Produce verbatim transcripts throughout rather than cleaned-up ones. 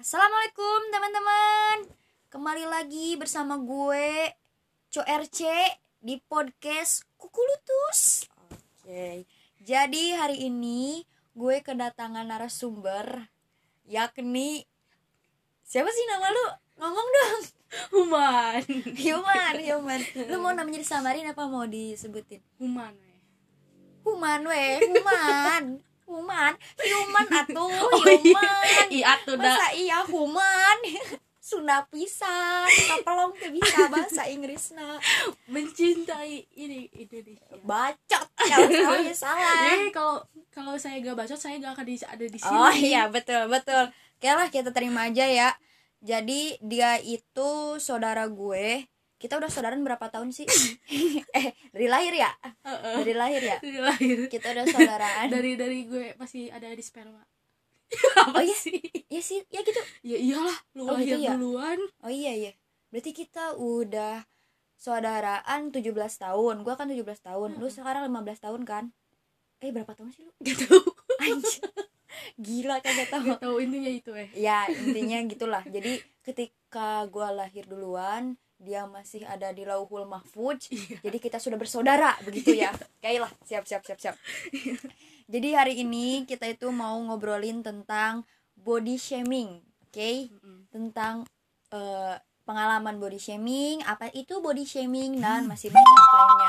Assalamualaikum teman-teman. Kembali lagi bersama gue Co R C di podcast Kukulutus. Oke. Jadi hari ini gue kedatangan narasumber, yakni siapa sih nama lu? Ngomong dong. Human. Human, Human. Lu mau namanya disamarin apa mau disebutin? Human weh. Human weh, Human. Human, human atuh, Oh, human. iya atuh dah. Masa iya human? Sunda pisan, kapelong teh bisa bahasa Inggrisna. Mencintai ini Indonesia. Bacot kalau saya salah. Eh kalau kalau saya gak bacot saya gak akan di- ada di sini. Oh iya, betul, betul. Oke lah, kita terima aja ya. Jadi dia itu saudara gue. Kita udah saudaraan berapa tahun sih? eh, dari lahir ya? Uh-uh. Dari lahir ya? Dari lahir. Kita udah saudaraan. Dari dari gue masih ada di sperma. Oh iya? sih? Ya sih, ya gitu. Ya iyalah, lu Oh, lahir gitu ya? duluan. Oh iya iya. Berarti kita udah saudaraan tujuh belas tahun. Gua kan tujuh belas tahun. Lu sekarang lima belas tahun kan? Eh berapa tahun sih lu? Gak tahu. Anjir. Gila kagak tahu. Gak tahu intinya itu eh. Ya, intinya gitulah. Jadi ketika gua lahir duluan, dia masih ada di Lauhul Mahfuz. Iya. Jadi kita sudah bersaudara begitu ya. Kayaklah, siap siap siap siap. Jadi hari ini kita itu mau ngobrolin tentang body shaming, oke? Okay? Mm-mm. Tentang uh, pengalaman body shaming, apa itu body shaming, dan masih banyak lainnya.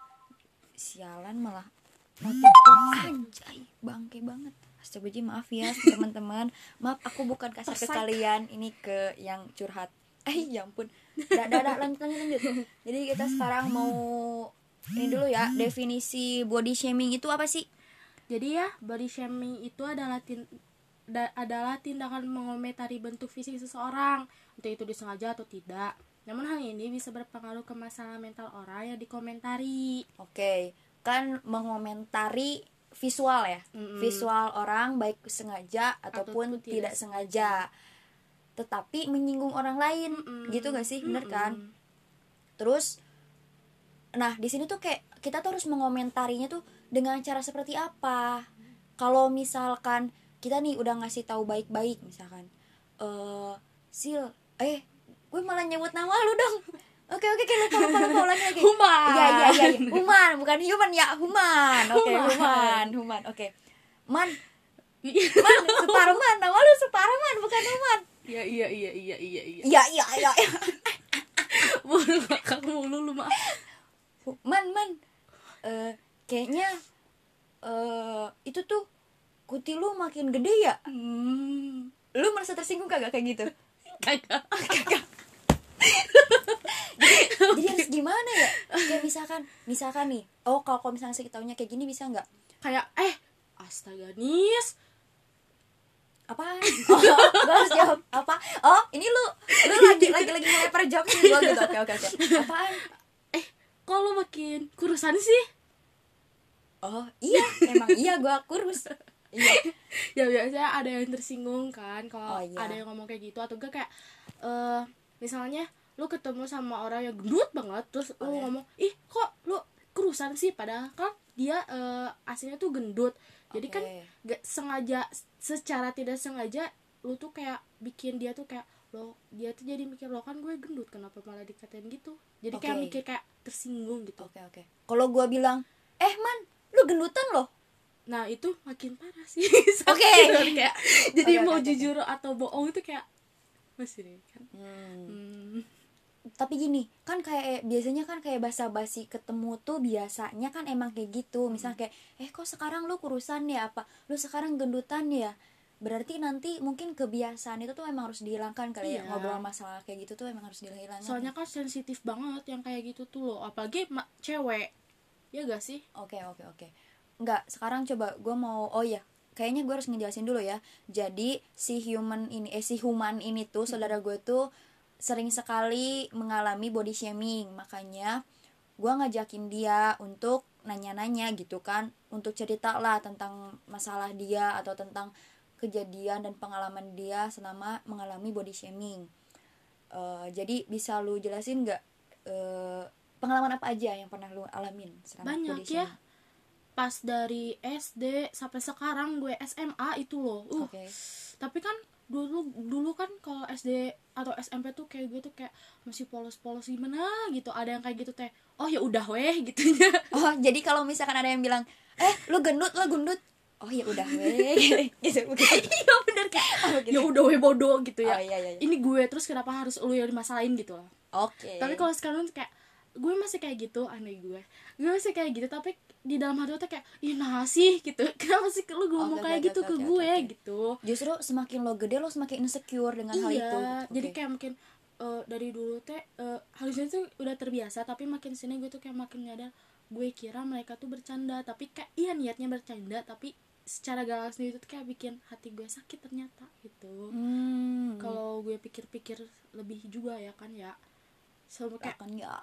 Sialan malah notifikasi, anjay, bangke banget. Astagfirullahaladzim, maaf ya teman-teman. Maaf aku bukan kasar ke kalian, ini ke yang curhat. Eh ya ampun. Dah dah dah lanjut lanjut lanjut. Jadi kita sekarang mau ini dulu ya, definisi body shaming itu apa sih? Jadi ya, body shaming itu adalah tin- da- adalah tindakan mengomentari bentuk fisik seseorang, entah itu disengaja atau tidak. Namun hal ini bisa berpengaruh ke masalah mental orang yang dikomentari. Oke, kan mengomentari visual ya. Mm-mm. Visual orang baik sengaja ataupun Ataupun tidak tidak sengaja. Tetapi menyinggung orang lain. Mm-mm. Gitu gak sih? Bener kan? Mm-mm. Terus nah, di sini tuh kayak kita tuh harus mengomentarinya tuh dengan cara seperti apa? Kalau misalkan kita nih udah ngasih tahu baik-baik misalkan, eh Sil, eh gue malah nyebut nama lu dong. Oke oke oke lupa lupa lupa ulangi lagi. Human. Iya iya iya iya. Human bukan human ya, human. Oke, Human. human, human. Oke. Man. Man, separuh man. Nama lu separuh man, bukan human. Iya iya iya iya iya iya. Iya iya iya. iya. Mulu ngakak mulu lu mah. Man man. Eh kayaknya eh itu tuh kuti lu makin gede ya. Hmm. Lu merasa tersinggung kagak kayak gitu? Kagak. Kagak. jadi, jadi harus gimana ya? Kayak misalkan, misalkan nih, oh kalau kalau misalnya kita taunya kayak gini bisa nggak? Kayak eh astaga Nis. Apaan? Oh, gue harus jawab apa? Oh, ini lu, lu lagi lagi lagi ngelempar jokes nih gue gitu. Oke oke oke. Apaan? Eh kok lu makin kurusan sih? Oh iya, emang iya gue kurus. Iya. Ya biasanya ada yang tersinggung kan kalau Oh, iya. ada yang ngomong kayak gitu, atau enggak kayak eh misalnya lu ketemu sama orang yang gendut banget terus Oh, lu ya? ngomong ih kok lu kurusan sih, padahal kan dia eh, aslinya tuh gendut. Jadi Oke. kan gak sengaja, secara tidak sengaja lu tuh kayak bikin dia tuh kayak lo dia tuh jadi mikir lo kan gue gendut kenapa malah dikatain gitu, jadi kayak Oke. mikir kayak tersinggung gitu. Oke oke. Kalau gue bilang, eh man, lu gendutan loh. Nah itu makin parah sih. Oke. Sakit, kayak jadi Oke, mau oke, oke. jujur atau bohong itu kayak masih nih kan. Hmm. Hmm. Tapi gini kan kayak biasanya kan kayak basa-basi ketemu tuh biasanya kan emang kayak gitu, misalnya kayak eh kok sekarang lu kurusan ya, apa lu sekarang gendutan ya, berarti nanti mungkin kebiasaan itu tuh emang harus dihilangkan kali ya. Iya. Ngobrol masalah kayak gitu tuh emang harus dihilangkan. Soalnya kan sensitif banget yang kayak gitu tuh loh, apalagi ma- cewek ya gak sih. Oke oke oke. Enggak, sekarang coba gue mau, oh ya kayaknya gue harus ngejelasin dulu ya. Jadi si human ini eh si human ini tuh saudara gue tuh sering sekali mengalami body shaming, makanya gue ngajakin dia untuk nanya-nanya gitu kan, untuk cerita lah tentang masalah dia atau tentang kejadian dan pengalaman dia selama mengalami body shaming. Uh, jadi bisa lu jelasin nggak uh, pengalaman apa aja yang pernah lu alamin selama Banyak body ya. shaming? Pas dari S D sampai sekarang gue S M A itu loh. Uh, Oke. Tapi kan dulu dulu kan kalau S D atau S M P tuh kayak gue tuh kayak masih polos-polos gimana gitu, ada yang kayak gitu teh, oh ya udah weh gitu ya. Oh, jadi kalau misalkan ada yang bilang, "Eh, lu gendut, lu gendut." Oh ya udah weh gitu begitu. Iya bener kayak Oh, begitu. ya udah weh bodoh gitu ya. Oh, iya, iya, iya. Ini gue terus kenapa harus lu yang dimasalahin gitu loh. Oke. Tapi kalau sekarang tuh kayak gue masih kayak gitu, aneh gue gue masih kayak gitu, tapi di dalam hati tuh kayak ih nah sih gitu, kenapa sih lu ngomong Oke, kayak oke, gitu oke, ke oke, gue oke. gitu. Justru semakin lo gede lo semakin insecure dengan hal Iya, itu. jadi Oke. kayak mungkin eh, dari dulu teh uh, harusnya tuh udah terbiasa, tapi makin sini gue tuh kayak makin nyadar, gue kira mereka tuh bercanda, tapi kayak iya niatnya bercanda, tapi secara galau sendiri tuh kayak bikin hati gue sakit ternyata gitu. Hmm. Kalau gue pikir-pikir lebih juga ya kan ya, so kayak Akan ya.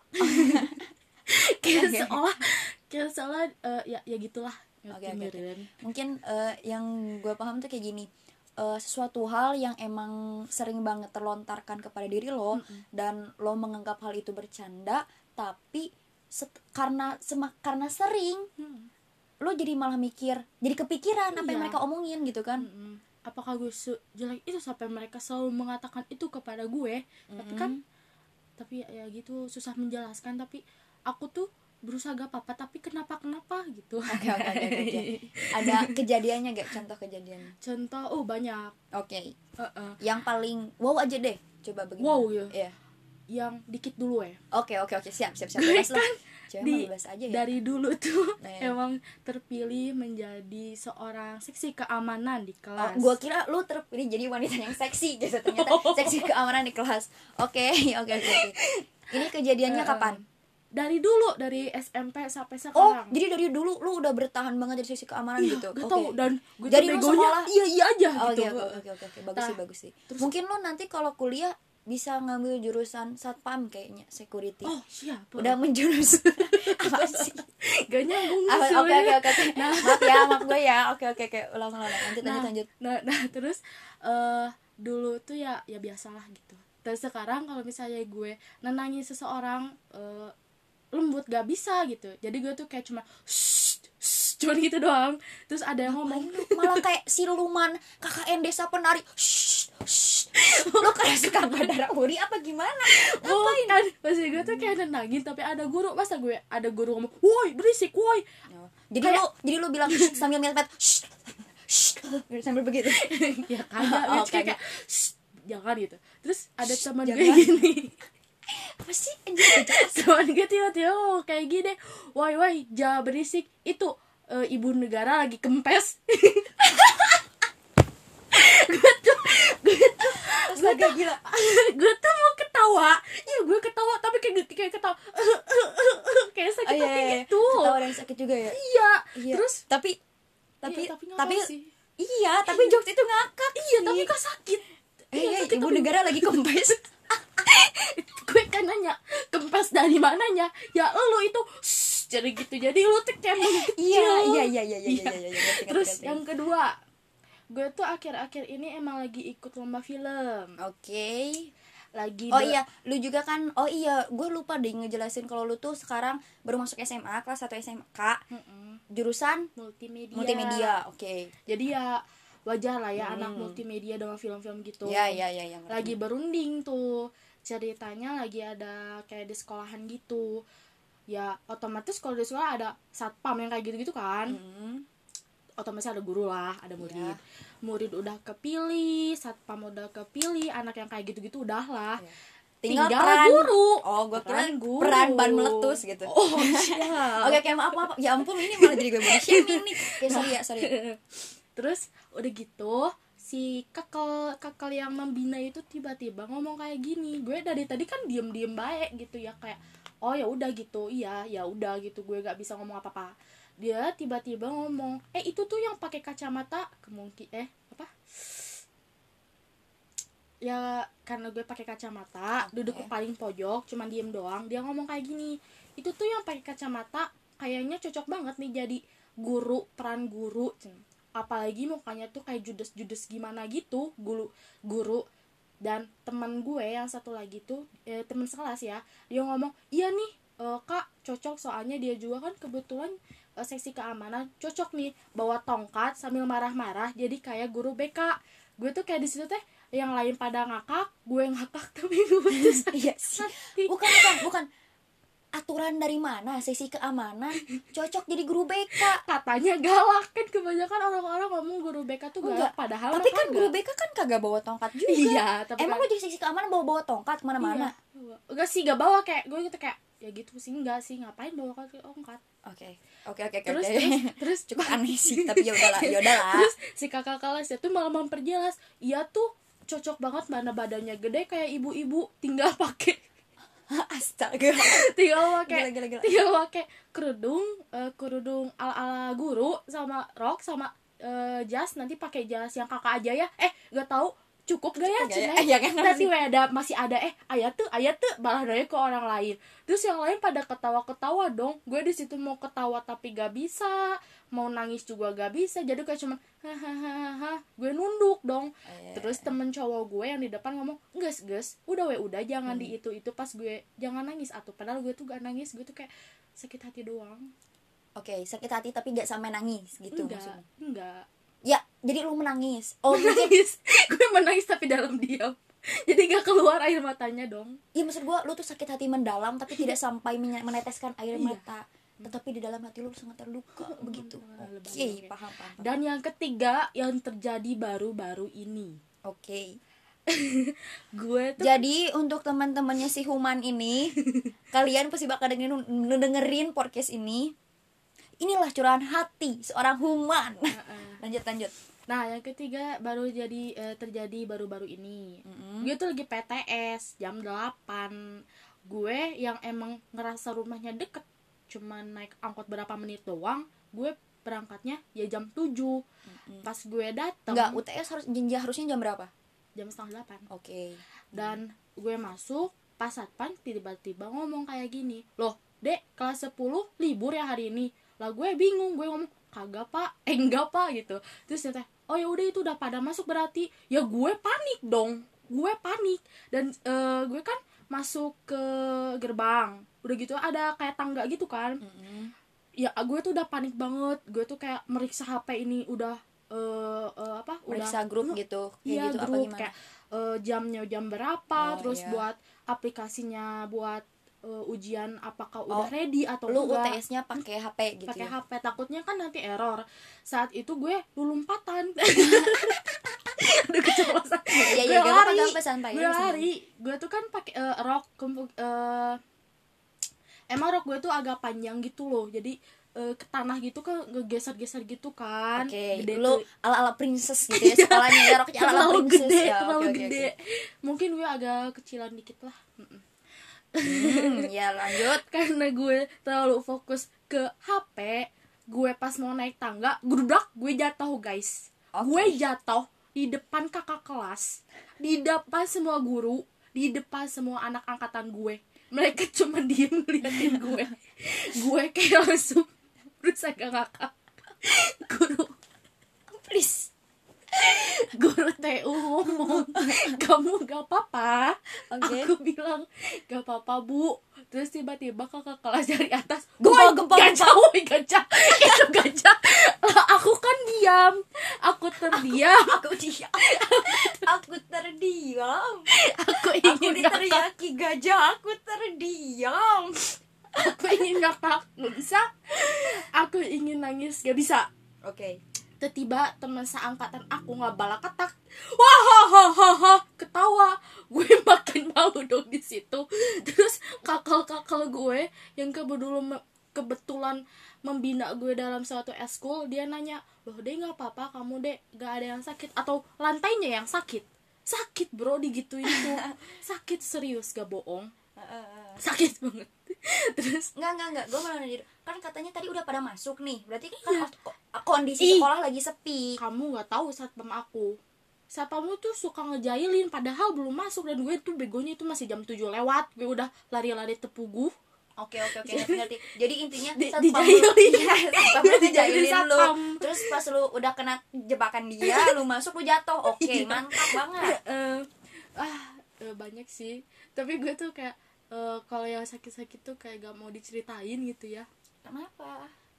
kayak Oke. seolah kayak seolah eh, ya ya gitulah. Oke, oke, oke. Meren. Mungkin eh, yang gue paham tuh kayak gini. Eh, sesuatu hal yang emang sering banget terlontarkan kepada diri lo, Mm-mm. dan lo menganggap hal itu bercanda, tapi set- karena semak karena sering Hmm. lo jadi malah mikir, jadi kepikiran apa yang Iya. mereka omongin gitu kan. Mm-mm. Apakah gue sejelek itu sampai mereka selalu mengatakan itu kepada gue? Tapi kan tapi ya, ya gitu susah menjelaskan, tapi aku tuh berusaha gak apa-apa, tapi kenapa kenapa gitu. Oke, oke, oke, oke, oke. Ada kejadiannya gak, contoh kejadiannya? Contoh, oh banyak. Oke. Uh-uh. Yang paling wow aja deh, coba begini. Wow, ya. Iya. Yang dikit dulu ya. Oke, oke, oke, siap, siap, siap, Gue bebas lah. kan Cewek di- mah bebas aja ya. Dari dulu tuh Nah. emang terpilih menjadi seorang seksi keamanan di Oh, kelas. gue kira lu terpilih jadi wanita yang seksi gitu, ternyata seksi keamanan di kelas. Oke, oke, oke, oke. Ini kejadiannya Uh-uh. kapan? Dari dulu, dari S M P sampai Oh, sekarang. jadi dari dulu lu udah bertahan banget jadi seksi keamanan Iya, gitu. gak Oke. tahu, dan gue Jadi tuh lu begonya sekolah- iya iya aja Oh, gitu. oke, oke, oke, oke, bagus Nah, sih, bagus sih. terus- Mungkin lu nanti kalau kuliah bisa ngambil jurusan satpam kayaknya, security. Oh siapa? Udah menjurus apa sih? Gak nyambung nih Ah, Oke, oke, soalnya. oke, oke. Maaf ya, maaf gue ya. Oke, oke, oke. Ulang, ulang, ulang. Lanjut, Nah, lanjut, lanjut. nah, nah terus eh dulu tuh ya ya biasalah gitu. Dan sekarang kalau misalnya gue nenangin seseorang eh, lembut gak bisa gitu. Jadi gue tuh kayak cuma shh, shh, cuma gitu doang. Terus ada yang ngomong, Malah kayak siluman K K N desa penari. Shh, shh. Lu kayak suka badara uri apa gimana? ngapain? Kan pasti gue tuh kayak nenangin, tapi ada guru, masa gue ada guru ngomong, woi berisik, woi. Jadi Kayak- lu jadi lu bilang shh, sambil ngeliat shh, shh, sambil begitu. Ya kagak, Oh, gue kayak, kagak. "Shh, jangan gitu." Terus ada Shh, teman gue jangan. gini. Apa sih? Anjir, jelas. Teman gue tiba-tiba ngomong kayak gini, woi woi jangan berisik, itu eh, ibu negara lagi kempes. gue tuh gue tuh Astaga, gila. gue tuh mau ketawa, ya gue ketawa tapi kayak kayak ketawa kayak sakit Oh, iya, hati iya, iya. gitu. Ketawa dan sakit juga ya. Iya. Iya. Terus tapi tapi iya, tapi, nggak tapi apa sih. iya, tapi jokes itu ngakak. Iya, sih. tapi kok sakit. Eh, Iya, eh, sakit, ibu tapi- negara lagi kempes. Gue kan nanya kempes dari mananya, ya lu itu shh, jadi gitu, jadi lu tuh kayak kecil. Iya, iya, iya, iya, iya, iya, iya, iya, ngerti, Terus ngerti, ngerti. yang kedua, gue tuh akhir-akhir ini emang lagi ikut lomba film, Oke. lagi Oh de- iya, lu juga kan. Oh iya, gue lupa deh ngejelasin kalau lu tuh sekarang baru masuk S M A kelas satu S M K, Mm-mm. jurusan multimedia. multimedia. Oke. Jadi ya wajar lah ya Hmm. anak multimedia dengan film-film gitu. Ya, ya, ya, ya. ngerti. Lagi berunding tuh. Ceritanya lagi ada kayak di sekolahan gitu. Ya otomatis kalau di sekolah ada satpam yang kayak gitu-gitu kan. Hmm. Otomatis ada guru lah, ada murid. Iya. Murid udah kepilih, satpam udah kepilih, anak yang kayak gitu-gitu udah lah. Iya. Tinggal, Tinggal peran guru. Oh, gue kira Peran guru. peran ban meletus gitu. Oh, siap. Oke, oke, maaf, maaf. Ya ampun, ini malah jadi gue body shaming nih. Oke, sorry ya, sorry. Terus udah gitu si kekel kekel yang membina itu tiba-tiba ngomong kayak gini. Gue dari tadi kan diem-diem baik gitu ya, kayak oh ya udah gitu, iya ya udah gitu, gue gak bisa ngomong apa-apa. Dia tiba-tiba ngomong, eh itu tuh yang pakai kacamata kemungkin eh apa ya, karena gue pakai kacamata, Oke. duduk paling pojok, cuman diem doang. Dia ngomong kayak gini, itu tuh yang pakai kacamata kayaknya cocok banget nih jadi guru, peran guru. Apalagi mukanya tuh kayak judes-judes gimana gitu, guru guru. Dan teman gue yang satu lagi tuh eh, teman sekelas ya, dia ngomong iya nih eh, kak cocok, soalnya dia juga kan kebetulan eh, seksi keamanan, cocok nih bawa tongkat sambil marah-marah jadi kayak guru B K. gue tuh kayak di situ teh yang lain pada ngakak, gue ngakak tapi gue tuh Iya sih. Bukan bukan bukan aturan dari mana sisi keamanan cocok jadi guru B K. Katanya galak kan, kebanyakan orang-orang ngomong guru B K tuh galak, padahal tapi mah kan kagak. guru B K kan kagak bawa tongkat juga. Iya, tapi emang kan, lo jadi sisi keamanan bawa bawa tongkat kemana-mana? Iya. Enggak sih, gak bawa, kayak gue gitu kayak ya gitu sih, enggak sih, ngapain bawa tongkat. Oke oke oke oke. Terus oke. terus terus cukup aneh sih tapi ya udahlah ya udahlah. Terus si kakak kelasnya tuh malah memperjelas, iya tuh cocok banget, mana badannya gede kayak ibu-ibu, tinggal pakai Astaga. tinggal pakai Gila, gila, gila. tinggal pakai kerudung uh, kerudung ala ala guru sama rok sama uh, jas, nanti pakai jas yang kakak aja ya, eh nggak tahu cukup gak ya, Cukup gak ya? Cina? Eh, ya kan, Tadi ada masih ada eh ayat tuh ayat tuh balah nanya ke orang lain, terus yang lain pada ketawa-ketawa dong, gue di situ mau ketawa tapi gak bisa, mau nangis juga gak bisa, jadi kayak cuman hahaha, gue nunduk dong. Eh. Terus temen cowok gue yang di depan ngomong, ges ges udah we udah jangan hmm. di itu itu pas gue jangan nangis atuh, padahal gue tuh gak nangis, gue tuh kayak sakit hati doang. Oke, sakit hati tapi gak sampai nangis gitu enggak, maksudnya? Enggak. Ya, jadi lu menangis. Oh, menangis. Gue menangis tapi dalam diam. Jadi gak keluar air matanya dong. Iya, maksud gue lu tuh sakit hati mendalam tapi tidak sampai meneteskan air mata. Tetapi di dalam hati lu sangat terluka begitu. Oke, okay, paham, paham. Dan yang ketiga yang terjadi baru-baru ini. Oke. Okay. Gue tuh jadi untuk teman-temannya si Human ini, kalian pasti bakal dengerin, dengerin podcast ini. Inilah curahan hati seorang Human. Uh-uh. lanjut lanjut. Nah yang ketiga baru jadi eh, terjadi baru-baru ini. Mm-hmm. Gue tuh lagi P T S jam delapan. Gue yang emang ngerasa rumahnya deket, cuman naik angkot berapa menit doang, gue berangkatnya ya jam tujuh. Mm-hmm. Pas gue dateng, enggak, U T S harus jenjang harusnya jam berapa? Jam setengah delapan. Oke. Okay. Dan gue masuk, pas satpam tiba-tiba ngomong kayak gini, loh dek kelas sepuluh libur ya hari ini. Lah gue bingung, gue ngomong kagak pak, eh enggak pak gitu. Terus dia teh, oh ya udah itu udah pada masuk berarti. Ya gue panik dong, gue panik. Dan uh, gue kan masuk ke gerbang, udah gitu ada kayak tangga gitu kan. Mm-hmm. Ya gue tuh udah panik banget, gue tuh kayak meriksa H P ini udah uh, uh, apa? Meriksa udah grup gitu, iya gitu, grup apa gimana? Kayak uh, jamnya jam berapa, oh, terus iya. buat aplikasinya buat Uh, ujian apakah oh, udah ready atau lu enggak. U T S-nya pakai H P gitu. Pakai ya? H P, takutnya kan nanti error. Saat itu gue lulumpatan. Aduh keceplosan. Ya, gue ya, lari. sampai, gue lari. Gue tuh kan pakai uh, rok uh, emang rok gue tuh agak panjang gitu loh. Jadi uh, ke tanah gitu kan ngegeser-geser gitu kan. Oke, okay. lu ala-ala princess gitu ya sekolahnya ya, roknya ala-ala princess gede, ya. terlalu okay, gede. Okay, okay. Mungkin gue agak kecilan dikit lah. Mm-mm. Hmm, ya lanjut. Karena gue terlalu fokus ke H P, gue pas mau naik tangga, grudak, gue jatuh guys. Okay. Gue jatuh di depan kakak kelas, di depan semua guru, di depan semua anak angkatan gue. Mereka cuma diem ngeliatin gue. Gue kayak langsung berusaha gak ngakak. Guru, please. Guru T U ngomong, kamu gak apa-apa. Okay. Aku bilang gak apa-apa bu. Terus tiba-tiba kakak kelas dari atas, gempa gempa gajah, woi gajah, itu gajah. Lah aku kan diam, aku terdiam, aku, aku diam, aku terdiam, aku ingin aku diteriaki gajah, aku terdiam, aku ingin ngakak, gak bisa, aku ingin nangis, gak bisa. Oke. Okay. Tiba teman seangkatan aku nggak balak ketak, wah hahaha ketawa, gue makin malu dong di situ. Terus kakal-kakal gue yang kebetulan kebetulan membina gue dalam suatu eskul, dia nanya, loh deh nggak apa-apa kamu deh, nggak ada yang sakit atau lantainya yang sakit? Sakit bro, digituin tuh. Sakit serius, gak bohong, sakit banget. Terus enggak enggak enggak gue malah nanya, kan katanya tadi udah pada masuk nih, berarti kan ya. Kondisi Ih, sekolah lagi sepi. Kamu nggak tahu satpam aku, satpam tuh suka ngejailin padahal belum masuk, dan gue tuh begonya itu masih jam tujuh lewat, gue udah lari-lari tepugu. Oke oke oke ngerti ngerti. Jadi intinya Di, satpam dijailin, ya, satpamnya dijailin lu. satpam. Terus pas lu udah kena jebakan dia, lu masuk lu jatuh. Oke, okay, mantap banget. Uh, ah, uh, banyak sih. Tapi gue tuh kayak uh, kalau yang sakit-sakit tuh kayak gak mau diceritain gitu ya. Kenapa?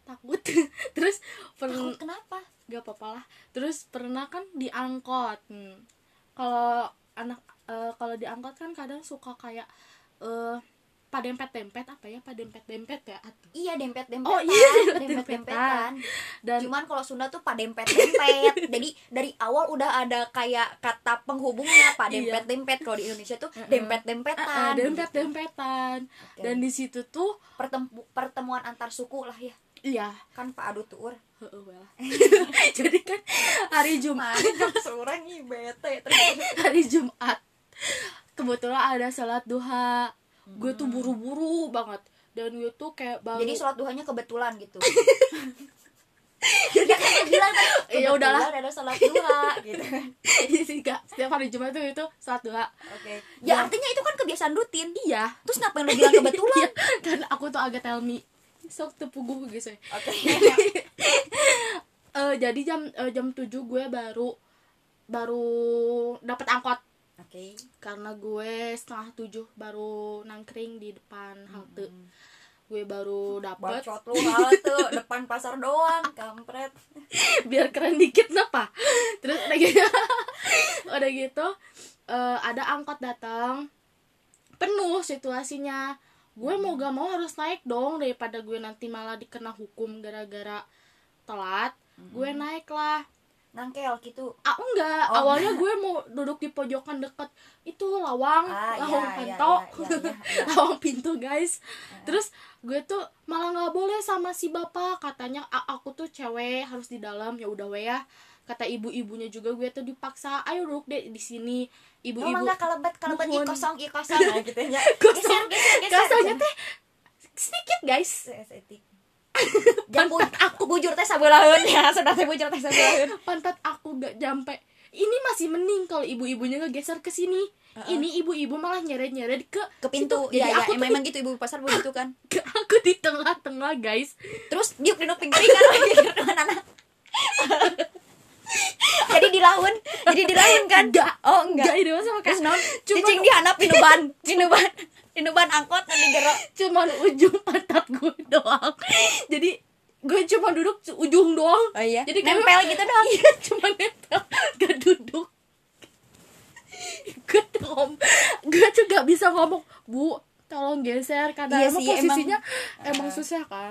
takut. Terus pernah, Takut kenapa? gak apa-apa lah. Terus pernah kan diangkot. Hmm. Kalau anak uh, kalau diangkot kan kadang suka kayak uh, padempet-dempet apa ya padempet-dempet ya atau Iya, dempet-dempetan. Oh, iya, dempet-dempetan. Dan Cuman kalau Sunda tuh padempet-dempet. Jadi dari awal udah ada kayak kata penghubungnya padempet-dempet. Kalau di Indonesia tuh dempet-dempetan. uh, dempet-dempetan. Gitu. Dan di situ tuh Pertemu, pertemuan antar suku lah ya. iya, Kan Pak Adu tuur. heeh well. Jadi kan hari Jumat, seorang ih bete terus. hari Jumat kebetulan ada salat duha. Gue tuh buru-buru banget dan gue tuh kayak baru. Jadi sholat duhanya kebetulan gitu. Jadi kan bilang kan Ya udahlah. ada sholat duha gitu. Jadi enggak setiap hari Jumat tuh itu salat duha. Oke. Ya artinya itu kan kebiasaan rutin. Iya. Terus ngapain lu bilang kebetulan? Iya, kan aku tuh agak tell me sok tepuguh gitu. Oke. Eh jadi jam uh, jam tujuh gue baru baru dapat angkot. Oke. Okay. Karena gue setengah tujuh baru nangkring di depan halte. Mm-hmm. Gue baru dapet. Bacot lu halte depan pasar doang, kampret. Biar keren dikit kenapa? Terus udah gitu, udah gitu uh, ada angkot datang penuh situasinya. Gue mau gak mau harus naik dong daripada gue nanti malah dikena hukum gara-gara telat. Mm-hmm. Gue naik lah. Nangkel gitu. Ah enggak, oh, awalnya gue mau duduk di pojokan deket itu lawang, ah, lawang ya, pintu, ya, ya, ya, ya. lawang pintu guys. Uh-huh. Terus gue tuh malah nggak boleh sama si bapak, katanya aku tuh cewek harus di dalam. Ya udah we ya, kata ibu-ibunya juga gue tuh dipaksa, ayo duduk deh di sini. Ibu-ibu. Oh, enggak kalebet kalebet i kosong i kosong nah, gitu ya. Kosong, geser geser geser. Kosongnya teh sedikit guys. Estetik. Jangan aku bujur teh sabeuleun ya, sudah teh bujur teh sabeuleun. Pantat aku gak jampe. Ini masih mending kalau ibu-ibunya ngegeser ke sini. Uh-uh. Ini ibu-ibu malah nyeret-nyeret ke ke pintu. Iya ya, emang gitu ibu pasar begitu kan. Aku di tengah-tengah, guys. Terus diuk dinuk pingring kan lagi dengan anak. Jadi dilaun, jadi dilaun kan? Enggak. Oh, enggak. Enggak ini sama kayak non. Cicing dihanap pinuban, pinuban. Pinuban angkot nanti gerok. Cuman ujung pantat gue doang. Jadi gue cuma duduk ujung doang. Oh iya. Jadi nempel gitu doang. Iya, cuma nempel, gak duduk. Gue tuh ngom, gue tuh gak bisa ngomong, Bu, tolong geser karena iya emang sih, posisinya emang, emang uh. susah kan.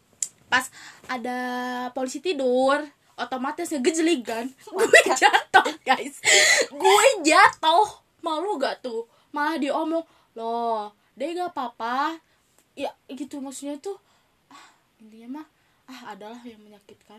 Pas ada polisi tidur, otomatis ngegejlik kan. Gue jatuh guys. Gue jatuh. Malu gak tuh? Malah diomong, loh, deh gak apa-apa. Ya gitu maksudnya tuh. Ah, intinya mah ah adalah yang menyakitkan.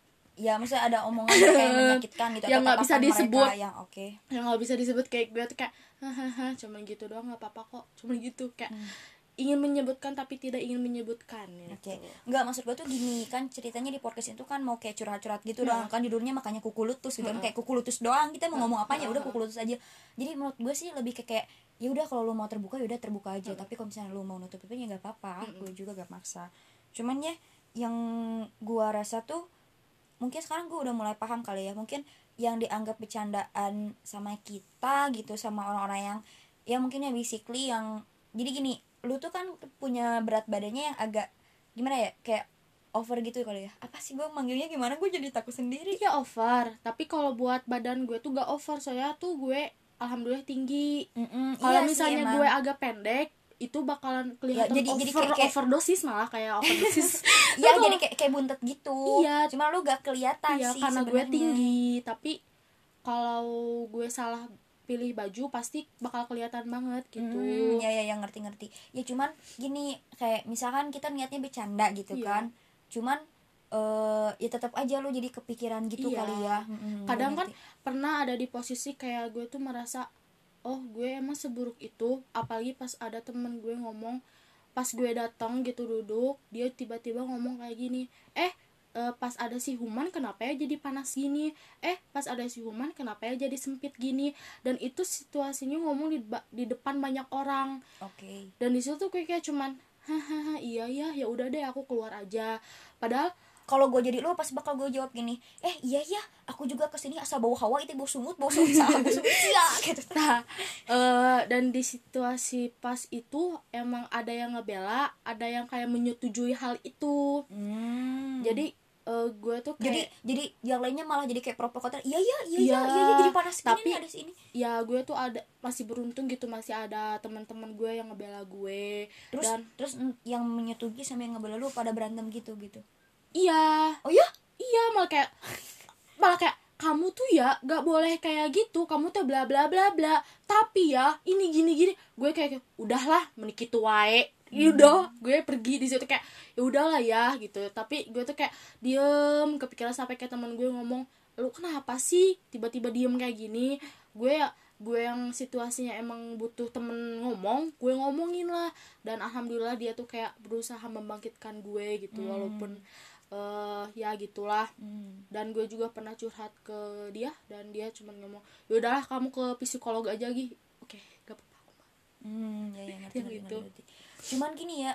Ya maksudnya ada omongan kayak menyakitkan gitu. Yang nggak bisa disebut. Yang oke. Okay. Yang nggak bisa disebut kayak gue tuh kayak hahaha cuman gitu doang nggak apa-apa kok. Cuman gitu kayak hmm. ingin menyebutkan tapi tidak ingin menyebutkan. Ya. Oke. Okay. Nggak maksud gue tuh gini kan ceritanya di podcast itu kan mau kayak curhat-curhat gitu hmm. doang kan judulnya makanya kuku lutus gitu kan hmm. kayak kuku lutus doang kita mau ngomong apanya udah kuku lutus aja. Jadi menurut gue sih lebih kayak, kayak ya udah kalau lu mau terbuka ya udah terbuka aja hmm. tapi kalau misalnya lu mau nutup itu ya nggak apa-apa. Hmm. Gue juga gak maksa. Cuman ya yang gue rasa tuh mungkin sekarang gue udah mulai paham kali ya mungkin yang dianggap bercandaan sama kita gitu sama orang-orang yang ya mungkin ya basically yang jadi gini lu tuh kan punya berat badannya yang agak gimana ya kayak over gitu kali ya apa sih gue manggilnya gimana gue jadi takut sendiri ya over tapi kalau buat badan gue tuh gak over soalnya tuh gue alhamdulillah tinggi kalau iya misalnya sih, gue agak pendek itu bakalan kelihatan ya, jadi, over, jadi kayak, kayak, overdosis malah kayak overdosis ya jadi kayak kayak buntet gitu iya cuma lu gak kelihatan iya, sih karena sebenernya. Gue tinggi tapi kalau gue salah pilih baju pasti bakal kelihatan banget gitu hmm, ya ya yang ngerti-ngerti ya cuman gini kayak misalkan kita niatnya bercanda gitu iya. kan cuman uh, ya tetap aja lu jadi kepikiran gitu iya. kali ya hmm, kadang kan pernah ada di posisi kayak gue tuh merasa oh gue emang seburuk itu apalagi pas ada temen gue ngomong pas gue datang gitu duduk dia tiba-tiba ngomong kayak gini eh e, pas ada si Human kenapa ya jadi panas gini eh pas ada si Human kenapa ya jadi sempit gini dan itu situasinya ngomong di, di depan banyak orang oke okay. Dan di situ tuh gue kayak cuman hahaha iya ya ya udah deh aku keluar aja padahal kalau gue jadi lo pas bakal gue jawab gini eh iya ya aku juga kesini asal bawa hawa itu bawa sumut bawa sumut sama bawa sumut sia gitu nah Eh, dan di situasi pas itu emang ada yang ngebela, ada yang kayak menyetujui hal itu. Hmm. Jadi eh, gue tuh jadi kayak jadi yang lainnya malah jadi kayak provokator. Iya iya iya Iya, iya iya jadi panas gini tapi nih ada sini. ya gue tuh ada masih beruntung gitu, masih ada teman-teman gue yang ngebela gue. Terus Dan terus mm, yang menyetujui sama yang ngebela lu pada berantem gitu gitu. iya, Oh ya? iya malah kayak malah kayak kamu tuh ya gak boleh kayak gitu, kamu tuh bla bla bla bla, tapi ya ini gini gini. Gue kayak udahlah menikit wae, udah gue pergi di situ kayak ya udahlah ya gitu. Tapi gue tuh kayak diem, kepikiran sampai kayak teman gue ngomong, lu kenapa sih tiba-tiba diem kayak gini. Gue ya gue yang situasinya emang butuh temen ngomong, gue ngomongin lah. Dan alhamdulillah dia tuh kayak berusaha membangkitkan gue gitu. Hmm. Walaupun uh, ya gitulah. Hmm. Dan gue juga pernah curhat ke dia dan dia cuma ngomong, yaudahlah kamu ke psikolog aja Gi. Oke, gak apa-apa aku mah. Hmm, ya ya ngerti, Yang ngerti, gitu. ngerti. Cuman gini ya,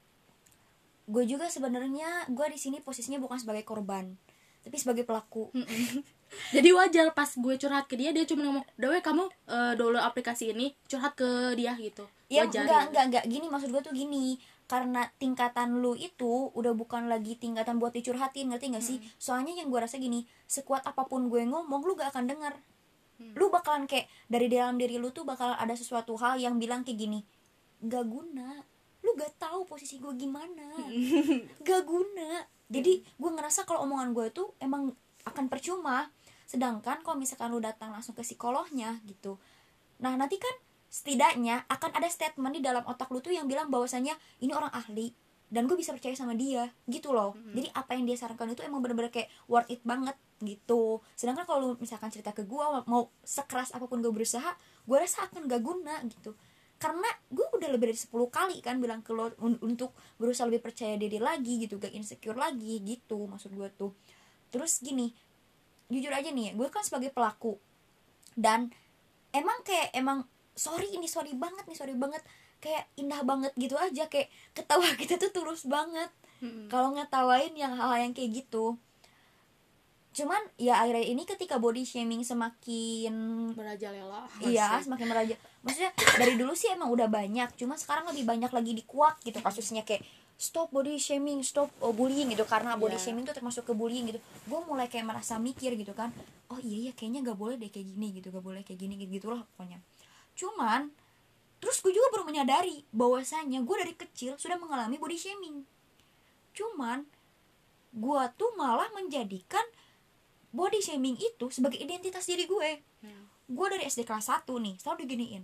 gue juga sebenarnya gue di sini posisinya bukan sebagai korban, tapi sebagai pelaku. Jadi wajar pas gue curhat ke dia, dia cuma ngomong, udah weh kamu uh, download aplikasi ini, curhat ke dia gitu. Ya Wajar enggak ya. enggak enggak gini, maksud gue tuh gini, karena tingkatan lu itu udah bukan lagi tingkatan buat dicurhatin, ngerti gak sih? Soalnya yang gue rasa gini, sekuat apapun gue ngomong lu gak akan dengar. Lu bakalan kayak dari dalam diri lu tuh bakal ada sesuatu hal yang bilang kayak gini, gak guna, lu gak tahu posisi gue gimana, gak guna. Jadi gue ngerasa kalau omongan gue tuh emang akan percuma. Sedangkan kalau misalkan lu datang langsung ke psikolognya gitu, nah nanti kan setidaknya akan ada statement di dalam otak lu tuh yang bilang bahwasanya ini orang ahli dan gue bisa percaya sama dia gitu loh. Mm-hmm. Jadi apa yang dia sarankan itu emang bener-bener kayak worth it banget gitu. Sedangkan kalau lu misalkan cerita ke gue, mau sekeras apapun gue berusaha, gue rasa akan gak guna gitu. Karena gue udah lebih dari sepuluh kali kan bilang ke lo un- untuk berusaha lebih percaya diri lagi gitu, gak insecure lagi gitu maksud gue tuh. Terus gini, jujur aja nih ya, gue kan sebagai pelaku dan emang kayak emang sorry ini sorry banget nih sorry banget kayak indah banget gitu aja, kayak ketawa kita tuh tulus banget hmm. kalau ngetawain yang hal-hal yang kayak gitu. Cuman ya akhirnya ini ketika body shaming semakin merajalela, iya semakin meraja, maksudnya dari dulu sih emang udah banyak, cuma sekarang lebih banyak lagi dikuak gitu kasusnya, kayak stop body shaming, stop oh, bullying gitu, karena body yeah. shaming tuh termasuk ke bullying gitu. Gue mulai kayak merasa mikir gitu kan, oh iya ya kayaknya gak boleh deh kayak gini gitu, gak boleh kayak gini gitu gitulah pokoknya. Cuman terus gue juga baru menyadari bahwasanya gue dari kecil sudah mengalami body shaming. Cuman gue tuh malah menjadikan body shaming itu sebagai identitas diri gue. hmm. Gue dari S D kelas satu nih selalu diginiin,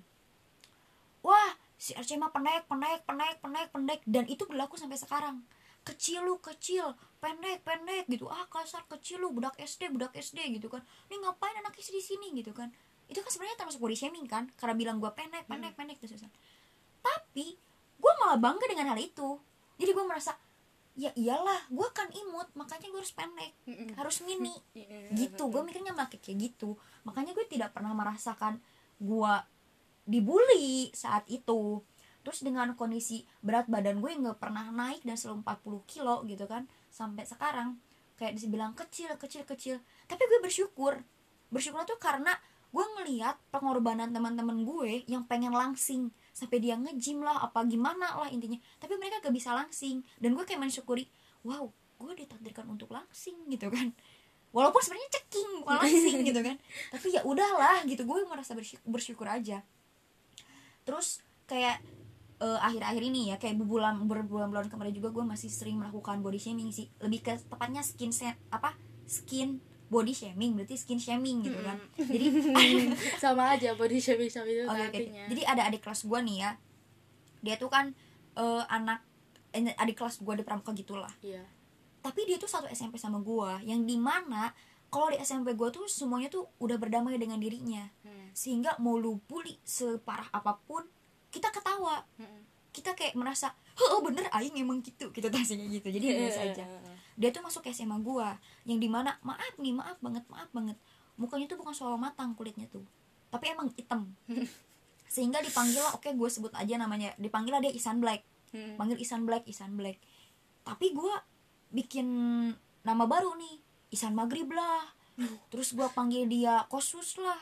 wah si Arce mah pendek, pendek, pendek, pendek, pendek. Dan itu berlaku sampai sekarang. Kecil lu, kecil, pendek, pendek gitu. Ah kasar, kecil lu, budak S D, budak S D gitu kan. Ini ngapain anak S D di sini gitu kan. Itu kan sebenarnya termasuk body shaming kan, karena bilang gue pendek, pendek, hmm. pendek terus. Tapi gue malah bangga dengan hal itu. Jadi gue merasa, ya iyalah, gue kan imut, makanya gue harus pendek, harus mini gitu. Gue mikirnya malah kayak gitu. Makanya gue tidak pernah merasakan gue dibully saat itu. Terus dengan kondisi berat badan gue yang gak pernah naik dan selalu empat puluh kilo gitu kan, sampai sekarang kayak dibilang kecil, kecil, kecil. Tapi gue bersyukur. Bersyukur tuh karena gue ngelihat pengorbanan teman-teman gue yang pengen langsing, sampai dia nge-gym lah, apa gimana lah intinya. Tapi mereka gak bisa langsing. Dan gue kayak mensyukuri, wow, gue ditakdirkan untuk langsing gitu kan. Walaupun sebenarnya ceking, bukan langsing gitu kan. Tapi ya udahlah gitu, gue merasa bersyukur, bersyukur aja. Terus kayak uh, akhir-akhir ini ya, kayak bulan berbulan-bulan kemarin juga gue masih sering melakukan body shaming sih. Lebih ke tepatnya skin set, apa skin body shaming, berarti skin shaming gitu kan. Jadi sama aja body shaming sama itu okay, artinya. Okay. Jadi ada adik kelas gue nih ya, dia tuh kan uh, anak eh, adik kelas gue di pramuka gitulah. Iya. Tapi dia tuh satu S M P sama gue, yang dimana kalau di S M P gue tuh semuanya tuh udah berdamai dengan dirinya. hmm. Sehingga mau lu bully separah apapun, kita ketawa. hmm. Kita kayak merasa, oh bener aing emang gitu, kita tasnya gitu. Jadi biasa aja. Dia tuh masuk ke S M A gue, yang dimana maaf nih, maaf banget, maaf banget, mukanya tuh bukan soal matang kulitnya tuh, tapi emang hitam. Sehingga dipanggil lah, oke okay, gue sebut aja namanya, dipanggil lah dia Isan Black. hmm. Panggil Isan Black, Isan Black. Tapi gue bikin nama baru nih, Isan Maghrib lah. Terus gue panggil dia Kosus lah.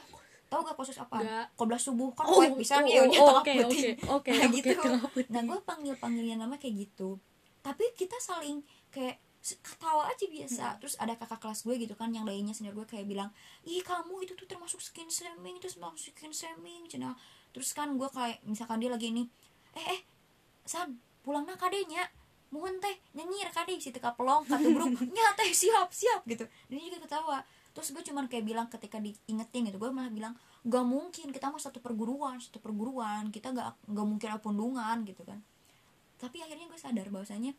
Tahu gak kasus apa? Nggak. Qoblah subuh kan Oh, kue pisan oh, ya oh, nya oh, tengah oke, putih. oke, oke, Nah oke, gitu. tengah putih. Nah gue panggil panggilnya nama kayak gitu. Tapi kita saling kayak ketawa aja biasa. Hmm. Terus ada kakak kelas gue gitu kan yang lainnya senior gue kayak bilang, ih kamu itu tuh termasuk skin shaming, itu termasuk skin shaming cina. Terus kan gue kayak misalkan dia lagi ini, eh eh san pulang nak kadenya mohon teh nyengir kade si teka pelong kata grup nya teh siap siap gitu. Dan dia juga ketawa. Terus gue cuman kayak bilang ketika diingetin gitu, gue malah bilang gak mungkin, kita mah satu perguruan satu perguruan kita gak gak mungkin ada pundungan gitu kan. Tapi akhirnya gue sadar bahwasanya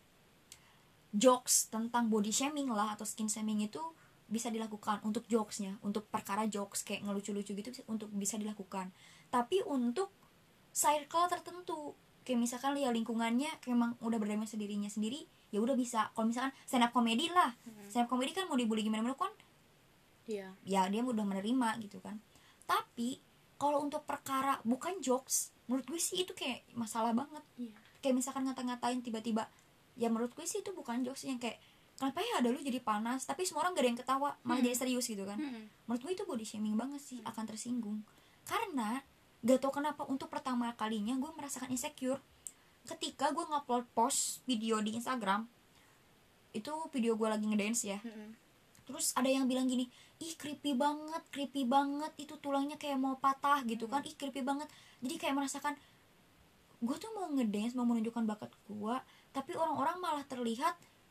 jokes tentang body shaming lah atau skin shaming itu bisa dilakukan untuk jokesnya, untuk perkara jokes kayak ngelucu-lucu gitu untuk bisa dilakukan. Tapi untuk circle tertentu kayak misalkan ya lingkungannya kayak emang udah berdamai sendirinya sendiri ya udah bisa. Kalau misalkan stand up comedy lah, hmm. stand up comedy kan mau dibully gimana mana kan yeah. ya dia udah menerima gitu kan. Tapi kalau untuk perkara bukan jokes, menurut gue sih itu kayak masalah banget. Yeah. Kayak misalkan ngata-ngatain tiba-tiba, ya menurut gue sih itu bukan jokes yang kayak kenapa ya ada lu jadi panas tapi semua orang gak ada yang ketawa malah hmm. jadi serius gitu kan. Hmm. Menurut gue itu body shaming banget sih, hmm. akan tersinggung. Karena gak tau kenapa untuk pertama kalinya gue merasakan insecure ketika gue ngupload post video di Instagram. Itu video gue lagi ngedance ya. Mm-hmm. Terus ada yang bilang gini, ih creepy banget, creepy banget, itu tulangnya kayak mau patah gitu kan. Mm-hmm. Ih creepy banget. Jadi kayak merasakan gue tuh mau ngedance, mau menunjukkan bakat gue, tapi orang-orang malah terlihat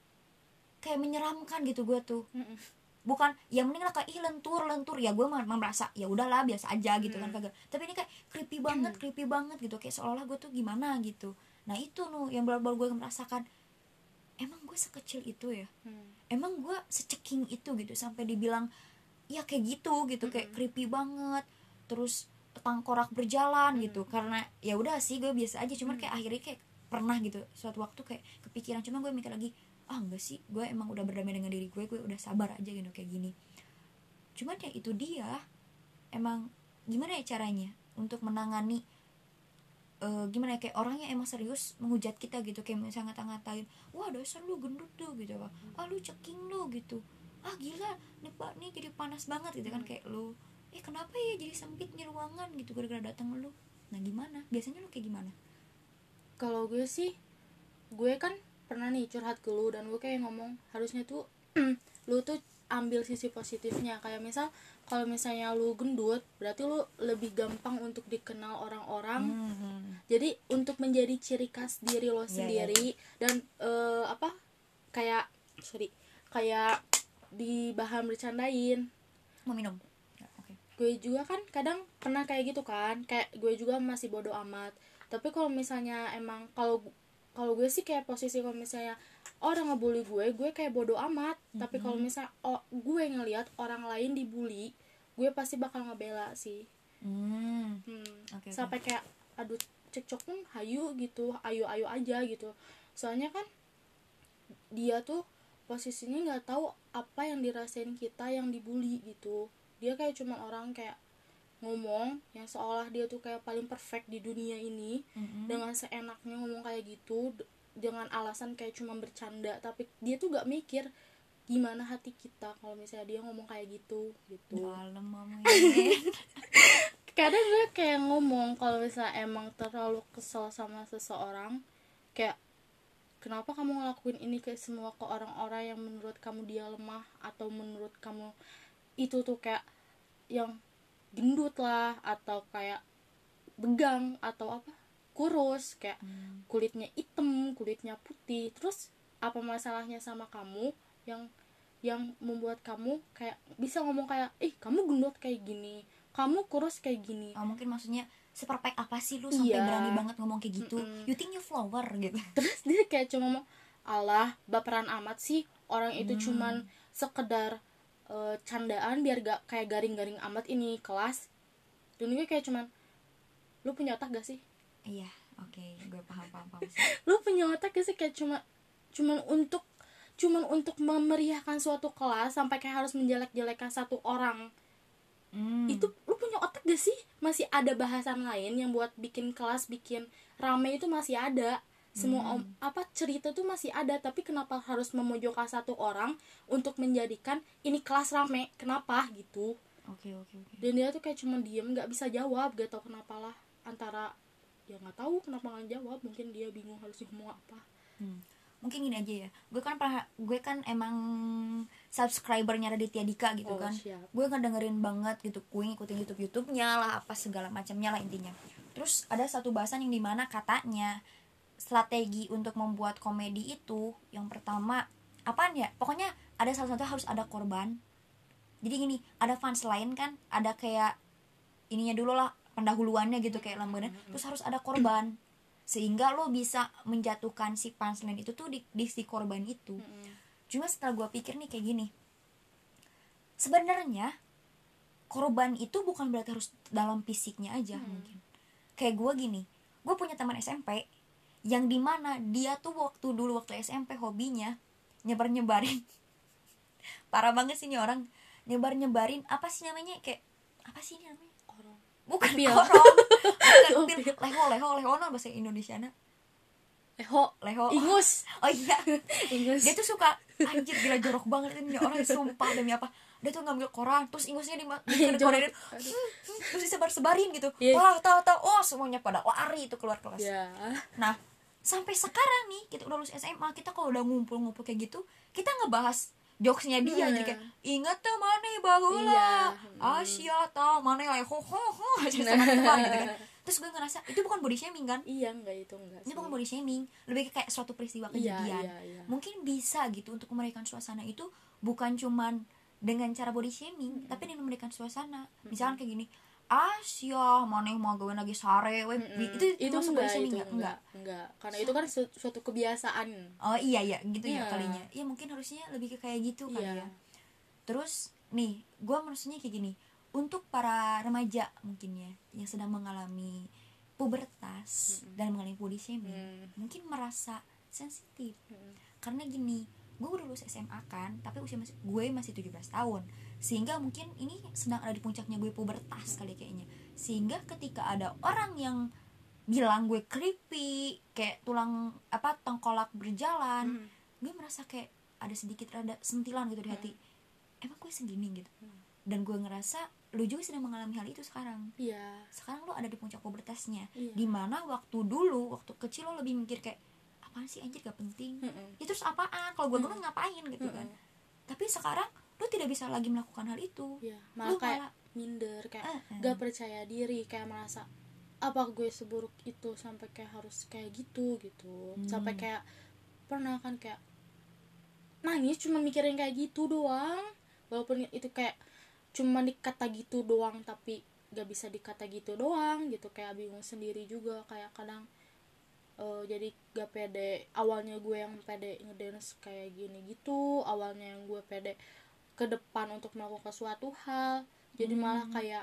kayak menyeramkan gitu gue tuh. Mm-hmm. Bukan ya mending lah kayak ih lentur lentur ya gue memang merasa ya udahlah biasa aja gitu kan kagak. Tapi ini kayak creepy banget creepy banget gitu kayak seolah gue tuh gimana gitu. Nah itu nuh yang baru-baru gue merasakan emang gue sekecil itu ya, hmm. emang gue seceking itu gitu sampai dibilang ya kayak gitu gitu kayak hmm. creepy banget. Terus tengkorak berjalan hmm. gitu karena ya udah sih gue biasa aja cuman hmm. kayak akhirnya kayak pernah gitu suatu waktu kayak kepikiran cuma gue mikir lagi ah enggak sih gue emang udah berdamai dengan diri gue gue udah sabar aja gitu kayak gini. Cuman ya itu dia emang gimana ya caranya untuk menangani uh, gimana ya kayak orangnya emang serius menghujat kita gitu kayak misalnya ngata-ngatain wah dasar lu gendut tuh gitu apa ah lu ceking lu gitu ah gila nih pak nih jadi panas banget gitu kan kayak lu eh kenapa ya jadi sempit nih ruangan gitu gara-gara datang lu. Nah gimana biasanya lu kayak gimana? Kalau gue sih gue kan pernah nih curhat ke lu dan gue kayak ngomong harusnya tuh lu tuh ambil sisi positifnya. Kayak misal kalau misalnya lu gendut berarti lu lebih gampang untuk dikenal orang-orang. Mm-hmm. Jadi untuk menjadi ciri khas diri lo sendiri yeah, yeah. dan uh, apa kayak sorry kayak di bahan bercandain mau minum ya, okay. Gue juga kan kadang pernah kayak gitu kan kayak gue juga masih bodoh amat. Tapi kalau misalnya emang kalau kalau gue sih kayak posisi kalau misalnya orang ngebully gue, gue kayak bodoh amat. Mm-hmm. Tapi kalau misalnya oh, gue ngelihat orang lain dibully, gue pasti bakal ngebela sih. Mm. Hmm. Okay, sampai okay. kayak aduh cekcok pun hayu gitu, ayu-ayu aja gitu. Soalnya kan dia tuh posisinya nggak tahu apa yang dirasain kita yang dibully gitu. Dia kayak cuma orang kayak ngomong yang seolah dia tuh kayak paling perfect di dunia ini, mm-hmm. dengan seenaknya ngomong kayak gitu dengan alasan kayak cuma bercanda, tapi dia tuh gak mikir gimana hati kita kalau misalnya dia ngomong kayak gitu gitu. Dalam mama ini. Kadang gue kayak ngomong kalau misalnya emang terlalu kesel sama seseorang kayak kenapa kamu ngelakuin ini ke semua ke orang-orang yang menurut kamu dia lemah atau menurut kamu itu tuh kayak yang gendut lah atau kayak begang atau apa kurus kayak hmm. kulitnya hitam kulitnya putih terus apa masalahnya sama kamu yang yang membuat kamu kayak bisa ngomong kayak ih kamu gendut kayak gini kamu kurus kayak gini. Oh, mungkin maksudnya seperpek apa sih lu sampai iya. berani banget ngomong kayak gitu. Mm-mm. You think you flower gitu. Terus dia kayak cuma ngomong alah baperan amat sih orang itu hmm. cuman sekedar Uh, candaan biar gak kayak garing-garing amat ini kelas. Dan gue kayak cuman lu punya otak gak sih? Iya, oke, okay. gue paham paham paham. Lu punya otak gak sih kayak cuma cuman untuk cuman untuk memeriahkan suatu kelas sampai kayak harus menjelek-jelekan satu orang. Hmm. Itu lu punya otak gak sih? Masih ada bahasan lain yang buat bikin kelas bikin rame itu masih ada. Semua om, apa cerita tuh masih ada, tapi kenapa harus memojokkan satu orang untuk menjadikan ini kelas rame? Kenapa gitu? Oke oke oke. Dan dia tuh kayak cuma diem nggak bisa jawab, gak tau kenapa lah, antara ya nggak tahu kenapa nggak jawab, mungkin dia bingung harus ngomong apa. Hmm. Mungkin gini aja ya, gue kan pernah, gue kan emang subscribernya Raditya Dika gitu Oh, kan, siap. gue kan dengerin banget gitu, gue ngikutin YouTube YouTube-nya lah, apa segala macamnya lah intinya. Terus ada satu bahasan yang dimana katanya strategi untuk membuat komedi itu yang pertama apaan ya, pokoknya ada salah satu harus ada korban. Jadi gini, ada fans lain kan, ada kayak ininya dulu lah, pendahuluannya gitu kayak lambanan, terus harus ada korban sehingga lo bisa menjatuhkan si punchline itu tuh di, di si korban itu. Mm-hmm. Cuma setelah gue pikir nih kayak gini, sebenarnya korban itu bukan berarti harus dalam fisiknya aja. Mm-hmm. Mungkin kayak gue gini, gue punya teman S M P yang dimana dia tuh waktu dulu waktu S M P hobinya nyebar nyebarin parah banget sih nih orang, nyebar nyebarin apa sih namanya, kayak apa sih ini namanya, Orang. bukan Pil. korong, bukan pil, leho leho leho no bahasa Indonesiana, leho leho, ingus, oh iya, ingus. dia tuh suka anjir gila jorok banget ini orang, sumpah demi apa, dia tuh ngambil koran terus ingusnya di dikorenin, terus disebar sebarin gitu, yeah. Wah tahu tahu, oh semuanya pada lari itu keluar kelas. Yeah. Nah sampai sekarang nih kita udah lulus S M A, kita kalau udah ngumpul-ngumpul kayak gitu kita ngebahas jokesnya dia, hmm. jadi kayak ingat tuh mana bahula iya. Asia tau mana lah ho ho ho gitu kan. Terus gue ngerasa itu bukan body shaming kan? Iya enggak, itu enggak sih. Ini bukan body shaming, lebih kayak suatu peristiwa kejadian. Iya, iya, iya. Mungkin bisa gitu untuk memberikan suasana itu bukan cuman dengan cara body shaming, mm-hmm. tapi dengan memberikan suasana. Misalkan kayak gini, Asia mana yang mau gue lagi sare, web mm-hmm. itu itu masuk body shaming enggak, enggak? Enggak, karena itu kan su- suatu kebiasaan. Oh iya ya, gitu yeah. ya kalinya. Ya mungkin harusnya lebih ke kayak gitu kali yeah. ya. Terus nih, gue maksudnya kayak gini, untuk para remaja mungkin ya yang sedang mengalami pubertas mm-hmm. dan mengalami body shaming, mm. mungkin merasa sensitif. Mm-hmm. Karena gini, gue udah lulus S M A kan, tapi usia masih, gue masih tujuh belas tahun, sehingga mungkin ini sedang ada di puncaknya gue pubertas kali kayaknya. Sehingga ketika ada orang yang bilang gue creepy, kayak tulang apa tengkolak berjalan, mm. gue merasa kayak ada sedikit rada sentilan gitu di hati. Mm. Emang gue segini gitu. Mm. Dan gue ngerasa lu juga sedang mengalami hal itu sekarang. Iya. Yeah. Sekarang lu ada di puncak pubertasnya. Yeah. Dimana waktu dulu, waktu kecil lo lebih mikir kayak apaan sih anjir gak penting. Mm-mm. Ya terus apaan? Kalau gue dulu mm. ngapain gitu kan. Mm-mm. Tapi sekarang lu tidak bisa lagi melakukan hal itu. Iya. Malah lu kayak malah, minder, kayak uh-uh. gak percaya diri, kayak merasa apa gue seburuk itu sampai kayak harus kayak gitu gitu. Hmm. Sampai kayak pernah kan kayak nangis cuma mikirin kayak gitu doang. Walaupun itu kayak cuma dikata gitu doang, tapi gak bisa dikata gitu doang gitu, kayak bingung sendiri juga, kayak kadang uh, jadi gak pede. Awalnya gue yang pede ngedance kayak gini gitu, awalnya yang gue pede ke depan untuk melakukan suatu hal, jadi hmm. malah kayak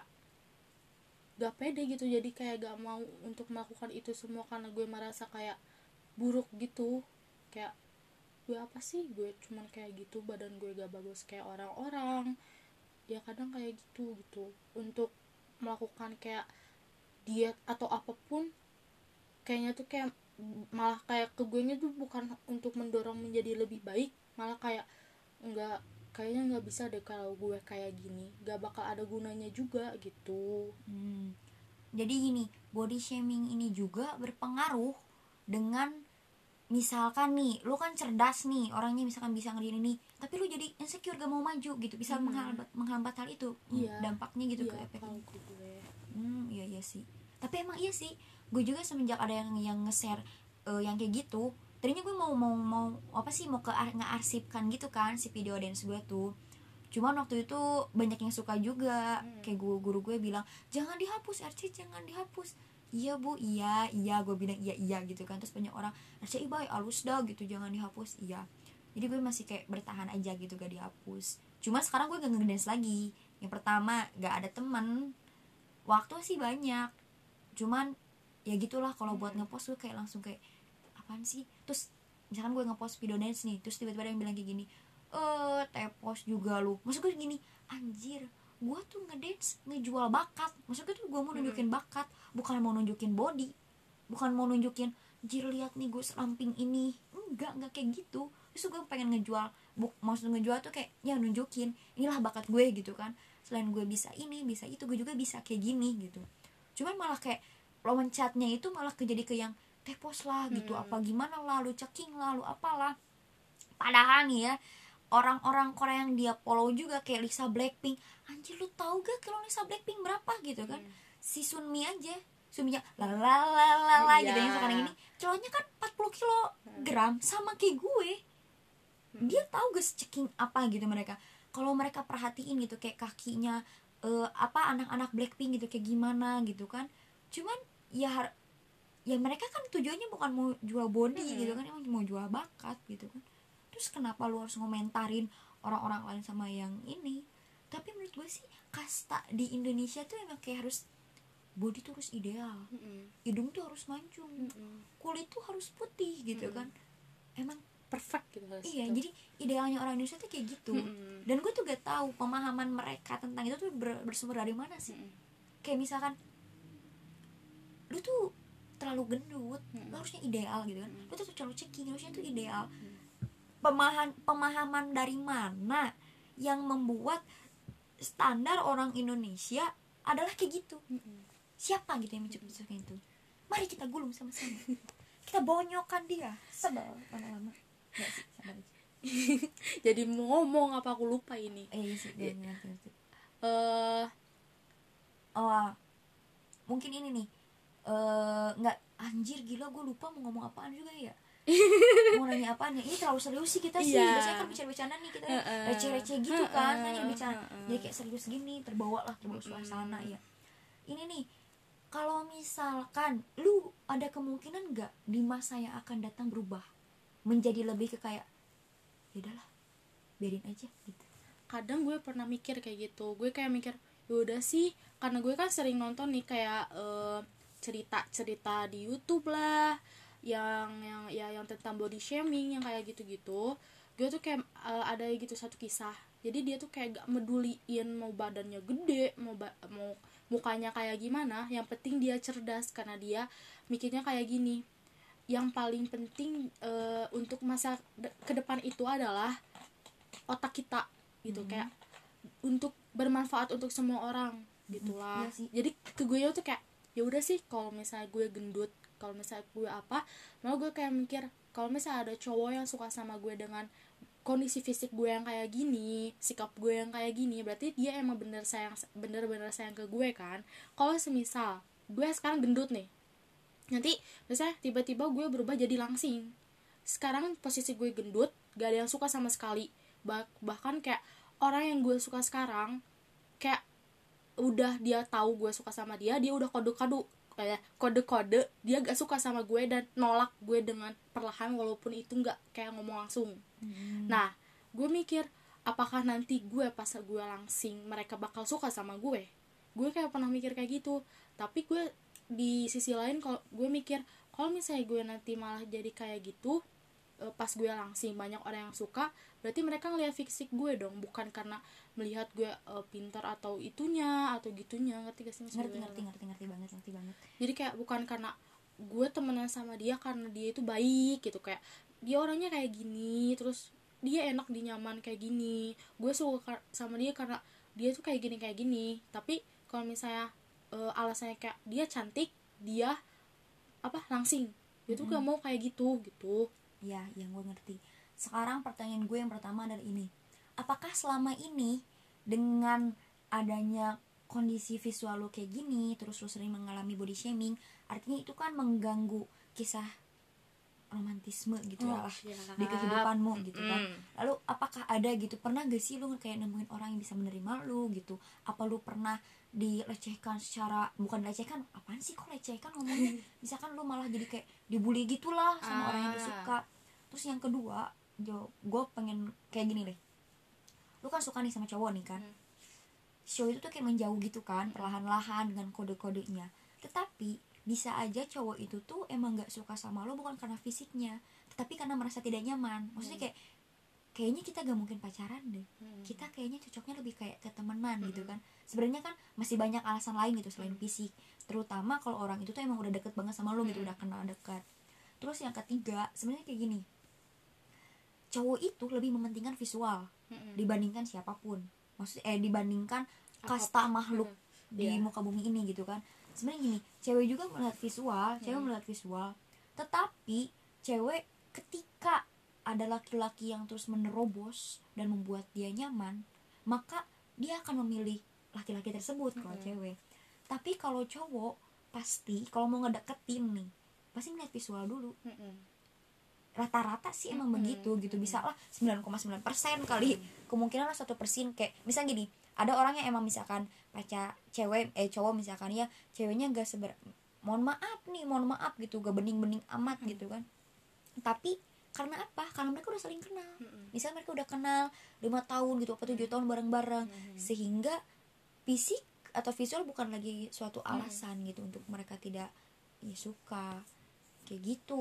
gak pede gitu, jadi kayak gak mau untuk melakukan itu semua karena gue merasa kayak buruk gitu, kayak gue apa sih, gue cuman kayak gitu, badan gue gak bagus kayak orang-orang ya, kadang kayak gitu gitu. Untuk melakukan kayak diet atau apapun kayaknya tuh kayak malah kayak ke gue nya tuh bukan untuk mendorong menjadi lebih baik, malah kayak enggak, kayaknya nggak bisa deh kalau gue kayak gini, gak bakal ada gunanya juga gitu. hmm. Jadi gini, body shaming ini juga berpengaruh dengan misalkan nih, lu kan cerdas nih orangnya, misalkan bisa ngeliat ini, tapi lu jadi insecure gak mau maju gitu, bisa hmm. menghambat menghambat hal itu, iya. dampaknya gitu iya, ke efeknya. Gue. Hmm, iya iya sih. Tapi emang iya sih, gue juga semenjak ada yang yang nge-share uh, yang kayak gitu, tadinya gue mau mau mau apa sih mau ke ngearsipkan gitu kan si video dance gue tuh. Cuman waktu itu banyak yang suka juga, hmm. kayak guru guru gue bilang jangan dihapus R C, jangan dihapus. Iya bu, iya, iya, gue bilang iya, iya gitu kan. Terus banyak orang, Arca ibai, alus dah gitu, jangan dihapus, iya. Jadi gue masih kayak bertahan aja gitu, gak dihapus. Cuma sekarang gue gak ngedance lagi. Yang pertama, gak ada temen. Waktu sih banyak. Cuman, ya gitulah kalau buat ngepost gue kayak langsung kayak, apaan sih? Terus, misalkan gue ngepost video dance nih, terus tiba-tiba ada yang bilang kayak gini, eh, tepos juga lu. Maksud gue gini, anjir, gue tuh ngedance ngejual bakat. Maksudnya tuh gue mau nunjukin bakat, bukan mau nunjukin body, bukan mau nunjukin jir lihat nih gue seramping ini, enggak enggak kayak gitu. Terus gue pengen ngejual, buk maksud ngejual tuh kayak ya nunjukin inilah bakat gue gitu kan. selain gue bisa ini bisa itu, gue juga bisa kayak gini gitu. Cuman malah kayak loncatnya itu malah ke jadi ke yang tepos lah gitu, Hmm. apa gimana lah, lu ceking lah, lu apalah. Padahal nih ya, orang-orang Korea yang dia follow juga kayak Lisa Blackpink, anjir lu tahu gak kalau Lisa Blackpink berapa gitu kan. Si Sunmi aja, Sunmi la la la la la gitu yang sekarang ini cowoknya kan empat puluh kilogram sama kayak gue. Dia tahu gak ceking apa gitu mereka. Kalau mereka perhatiin gitu kayak kakinya uh, apa anak-anak Blackpink gitu kayak gimana gitu kan. Cuman ya ya mereka kan tujuannya bukan mau jual body hmm. gitu kan, emang mau jual bakat gitu kan. Terus kenapa lu harus ngomentarin orang-orang lain sama yang ini? Tapi menurut gue sih kasta di Indonesia tuh emang kayak harus body tuh harus ideal, mm-mm. hidung tuh harus mancung, mm-mm. kulit tuh harus putih gitu mm-mm. kan. Emang perfect gitu. Iya, itu. Jadi idealnya orang Indonesia tuh kayak gitu. Mm-mm. Dan gue tuh gak tahu pemahaman mereka tentang itu tuh ber- bersumber dari mana sih. Mm-mm. Kayak misalkan lu tuh terlalu gendut, mm-mm. lu harusnya ideal gitu kan. Mm-mm. Lu tuh terlalu ceking, harusnya tuh ideal. Mm-mm. Pemahaman pemahaman dari mana yang membuat standar orang Indonesia adalah kayak gitu. Mm-mm. Siapa gitu yang mencetuskan itu? Mari kita gulung sama-sama. Kita bonyokkan dia. Sebel lama-lama. Enggak sih, sabar aja. Jadi mau ngomong apa aku lupa ini. Eh, iya sih, dia ngerti-ngerti. Eh, oh, mungkin ini nih. Eh, enggak anjir gila gue lupa mau ngomong apaan juga ya. Mau nanya apaan ya? Ini terlalu serius sih kita sih. Yeah. Biasanya kan bicara-bicara nih kita uh, receh-receh gitu kan. Uh, Nanya bicara. Uh, uh, Jadi kayak serius gini, terbawa lah, terbawa suasana ya. Ini nih, kalau misalkan lu ada kemungkinan nggak di masa yang akan datang berubah menjadi lebih ke kayak ya udahlah biarin aja gitu. Kadang gue pernah mikir kayak gitu. Gue kayak mikir ya udah sih, karena gue kan sering nonton nih kayak uh, cerita-cerita di YouTube lah yang yang ya yang tentang body shaming yang kayak gitu-gitu. Gue tuh kayak uh, ada gitu satu kisah. Jadi dia tuh kayak gak meduliin mau badannya gede, mau ba- mau mukanya kayak gimana, yang penting dia cerdas karena dia mikirnya kayak gini. Yang paling penting e, untuk masa de- ke depan itu adalah otak kita gitu, hmm. kayak untuk bermanfaat untuk semua orang gitulah. Hmm, iya jadi ke gue tuh kayak ya udah sih, kalau misalnya gue gendut, kalau misalnya gue apa, malah gue kayak mikir kalau misalnya ada cowok yang suka sama gue dengan kondisi fisik gue yang kayak gini, sikap gue yang kayak gini, berarti dia emang bener sayang, bener-bener sayang ke gue kan. Kalau semisal gue sekarang gendut nih, nanti misalnya tiba-tiba gue berubah jadi langsing, sekarang posisi gue gendut, gak ada yang suka sama sekali. bah- bahkan kayak orang yang gue suka sekarang, kayak udah dia tahu gue suka sama dia, dia udah kode-kode kayak kode-kode dia gak suka sama gue dan nolak gue dengan perlahan, walaupun itu gak kayak ngomong langsung. hmm. Nah gue mikir apakah nanti gue pas gue langsing mereka bakal suka sama gue. Gue kayak pernah mikir kayak gitu. Tapi gue di sisi lain kalau gue mikir kalau misalnya gue nanti malah jadi kayak gitu pas gue langsing banyak orang yang suka, berarti mereka ngelihat fisik gue dong, bukan karena melihat gue uh, pintar atau itunya atau gitunya. Ngerti gak sih? Ngerti, ngerti, ngerti, ngerti banget, ngerti banget. Jadi kayak bukan karena gue temenan sama dia karena dia itu baik gitu, kayak dia orangnya kayak gini, terus dia enak di nyaman kayak gini, gue suka sama dia karena dia tuh kayak gini kayak gini. Tapi kalau misalnya uh, alasannya kayak dia cantik, dia apa langsing, dia tuh mm-hmm. gak mau kayak gitu gitu. Ya, yang gue ngerti. Sekarang pertanyaan gue yang pertama adalah ini. Apakah selama ini dengan adanya kondisi visual lo kayak gini, terus lo sering mengalami body shaming, artinya itu kan mengganggu kisah romantisme gitu oh, lah ya, di kehidupanmu gitu kan. Lalu apakah ada gitu, pernah gak sih lo kayak nemuin orang yang bisa menerima lo gitu? Apa lo pernah dilecehkan secara, bukan dilecehkan, apaan sih kok lecehkan ngomongnya, misalkan lo malah jadi kayak dibully gitulah sama ah. orang yang lo suka. Terus yang kedua, jo, gue pengen kayak gini deh, lo kan suka nih sama cowok nih kan, hmm. show itu tuh kayak menjauh gitu kan, perlahan-lahan dengan kode-kodenya. Tetapi bisa aja cowok itu tuh emang gak suka sama lo bukan karena fisiknya, tetapi karena merasa tidak nyaman. Maksudnya kayak kayaknya kita gak mungkin pacaran deh, hmm. kita kayaknya cocoknya lebih kayak ketemenan hmm. gitu kan. Sebenarnya kan masih banyak alasan lain gitu selain fisik, terutama kalau orang itu tuh emang udah deket banget sama lo gitu, hmm. udah kenal dekat. Terus yang ketiga sebenarnya kayak gini, cowok itu lebih mementingkan visual hmm. dibandingkan siapapun. Maksudnya eh dibandingkan kasta makhluk hmm. di yeah. muka bumi ini gitu kan. Sebenarnya gini, cewek juga melihat visual, cewek hmm. melihat visual, tetapi cewek ketika ada laki-laki yang terus menerobos dan membuat dia nyaman, maka dia akan memilih laki-laki tersebut kalau hmm. cewek. Tapi kalau cowok pasti kalau mau ngedeketin nih pasti ngeliat visual dulu. hmm. Rata-rata sih emang hmm. begitu gitu. Bisa lah sembilan koma sembilan persen kali, hmm. kemungkinan lah satu persen. Kayak misalnya gini, ada orang yang emang misalkan pacar cewek eh cowok misalkan ya, ceweknya gak seber mohon maaf nih mohon maaf gitu, gak bening-bening amat hmm. gitu kan. Tapi karena apa? Karena mereka udah saling kenal. hmm. Misalnya mereka udah kenal lima tahun gitu apa tujuh tahun bareng-bareng, hmm. sehingga fisik atau visual bukan lagi suatu alasan hmm. gitu untuk mereka tidak ya suka kayak gitu.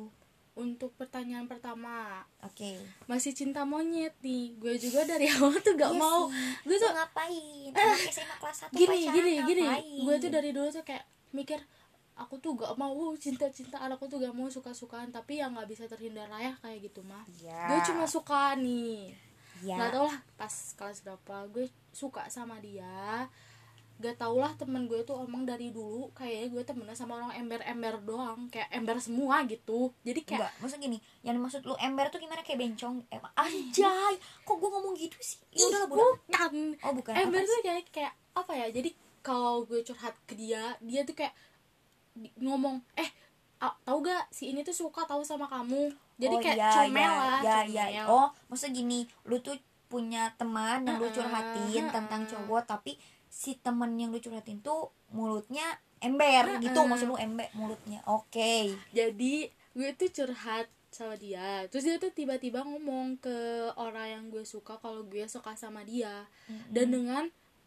Untuk pertanyaan pertama, oke, okay. masih cinta monyet nih. Gue juga dari awal tuh gak iya mau sih. Gue tuh ngapain anak S M A kelas satu gini pacaran gini ngapain? gini gue tuh dari dulu tuh kayak mikir, aku tuh gak mau cinta-cintaan, aku tuh gak mau suka-sukaan. Tapi yang gak bisa terhindar lah ya kayak gitu mah ya. Gue cuma suka nih ya. Gak tau lah pas kelas berapa gue suka sama dia. Gak tau lah, temen gue tuh emang dari dulu kayaknya gue temennya sama orang ember-ember doang, kayak ember semua gitu. Jadi kayak enggak, maksud gini, yang maksud lu ember tuh gimana, kayak bencong? Eh, anjay, kok gue ngomong gitu sih? Ya udah lah, bukan. Oh bukan. Ember tuh kayak kayak apa ya? Jadi kalau gue curhat ke dia, dia tuh kayak ngomong, eh tahu gak si ini tuh suka tahu sama kamu. Jadi oh, kayak iya, comel iya, lah. Iya, comel. iya. Oh, maksud gini, lu tuh punya teman yang uh-uh, lu curhatin uh-uh. tentang cowok, tapi si temen yang lu curhatin tuh mulutnya ember uh-uh. gitu, maksud lu ember mulutnya. Oke. Okay. Jadi gue tuh curhat sama dia, terus dia tuh tiba-tiba ngomong ke orang yang gue suka kalau gue suka sama dia. Mm-hmm. Dan dengan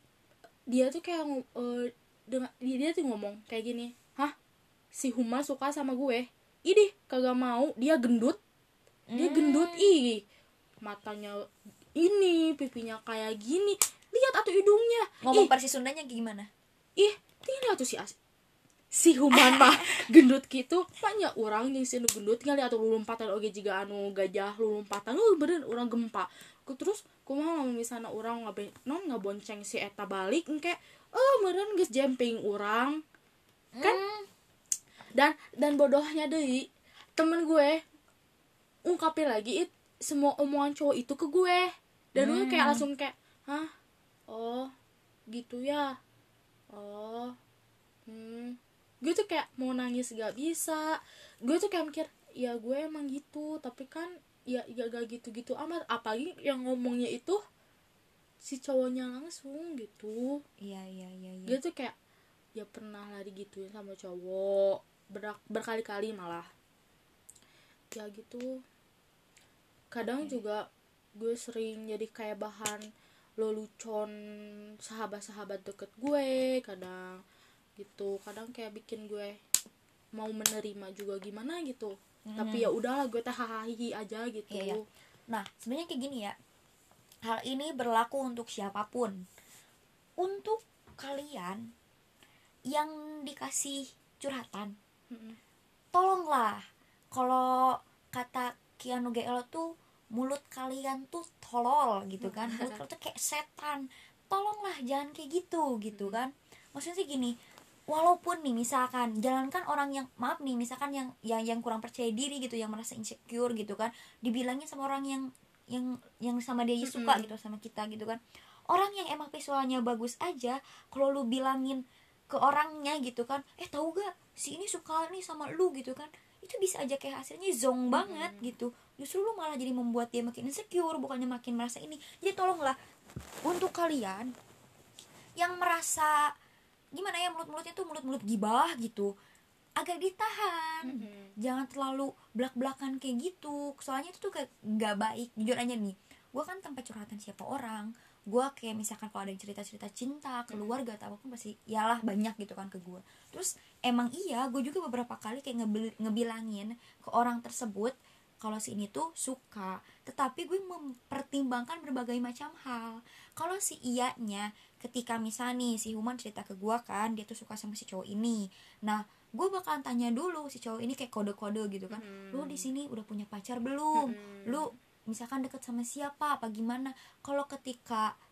dia tuh kayak uh, dengan dia tuh ngomong kayak gini, hah, si Huma suka sama gue? Idih, kagak mau, dia gendut, dia gendut, ih, matanya ini, pipinya kayak gini, lihat atau hidungnya. Ngomong versi Sundanya gimana? Ih, tinggal tuh si as si Human mah gendut gitu, banyak orang yang sih gendut tinggal lihat lu lompatan oge jiga anu gajah lu lompatan, lu bener orang gempa. Terus kumaha lamun misalna orang ngabe non ngabonceng si eta balik engke, oh meureun geus jemping urang. Kan? Mm. Dan dan bodohnya deui, temen gue ungkapin lagi it, semua omongan cowok itu ke gue. Dan gue hmm. kayak langsung kayak, hah, oh gitu ya, oh hmm. gue tuh kayak mau nangis gak bisa. Gue tuh kayak mikir, ya gue emang gitu, tapi kan ya, ya gak gitu-gitu amat. Apalagi yang ngomongnya itu si cowoknya langsung gitu. Iya iya iya, iya. Gue tuh kayak, ya pernah lah digituin sama cowok ber- berkali-kali malah ya gitu. Kadang okay. juga gue sering jadi kayak bahan lelucon sahabat-sahabat deket gue kadang gitu. Kadang kayak bikin gue mau menerima juga gimana gitu. Hmm. Tapi ya udahlah, gue teh hahaha aja gitu. Iya, iya. Nah sebenarnya kayak gini ya, hal ini berlaku untuk siapapun. Untuk kalian yang dikasih curhatan, hmm. tolonglah, kalau kata Keanu G L tuh, mulut kalian tuh tolol gitu kan, mulut kalian tuh kayak setan, tolonglah jangan kayak gitu gitu kan. Maksudnya sih gini, walaupun nih misalkan jangankan orang yang maaf nih misalkan yang yang yang kurang percaya diri gitu, yang merasa insecure gitu kan, dibilangin sama orang yang yang yang sama dia suka mm-hmm. gitu sama kita gitu kan. Orang yang emang visualnya bagus aja, kalau lu bilangin ke orangnya gitu kan, eh tahu gak si ini suka nih sama lu gitu kan, itu bisa aja kayak hasilnya zong banget mm-hmm. gitu. Justru lu malah jadi membuat dia makin insecure, bukannya makin merasa ini. Jadi tolonglah untuk kalian yang merasa gimana ya, mulut-mulutnya tuh mulut-mulut gibah gitu, agak ditahan. Mm-hmm. Jangan terlalu belak-belakan kayak gitu. Soalnya itu tuh kayak gak baik. Jujur aja nih, gue kan tempat curhatan siapa orang. Gue kayak misalkan kalau ada cerita-cerita cinta, keluarga atau apapun pasti yalah banyak gitu kan ke gue. Terus emang iya, gue juga beberapa kali kayak ngebil- ngebilangin ke orang tersebut kalau si ini tuh suka, tetapi gue mempertimbangkan berbagai macam hal. Kalau si iyanya, ketika misalnya nih si Human cerita ke gue kan, dia tuh suka sama si cowok ini. Nah, gue bakalan tanya dulu si cowok ini kayak kode-kode gitu kan. Hmm. Lu di sini udah punya pacar belum? Hmm. Lu misalkan deket sama siapa apa gimana? Kalau ketika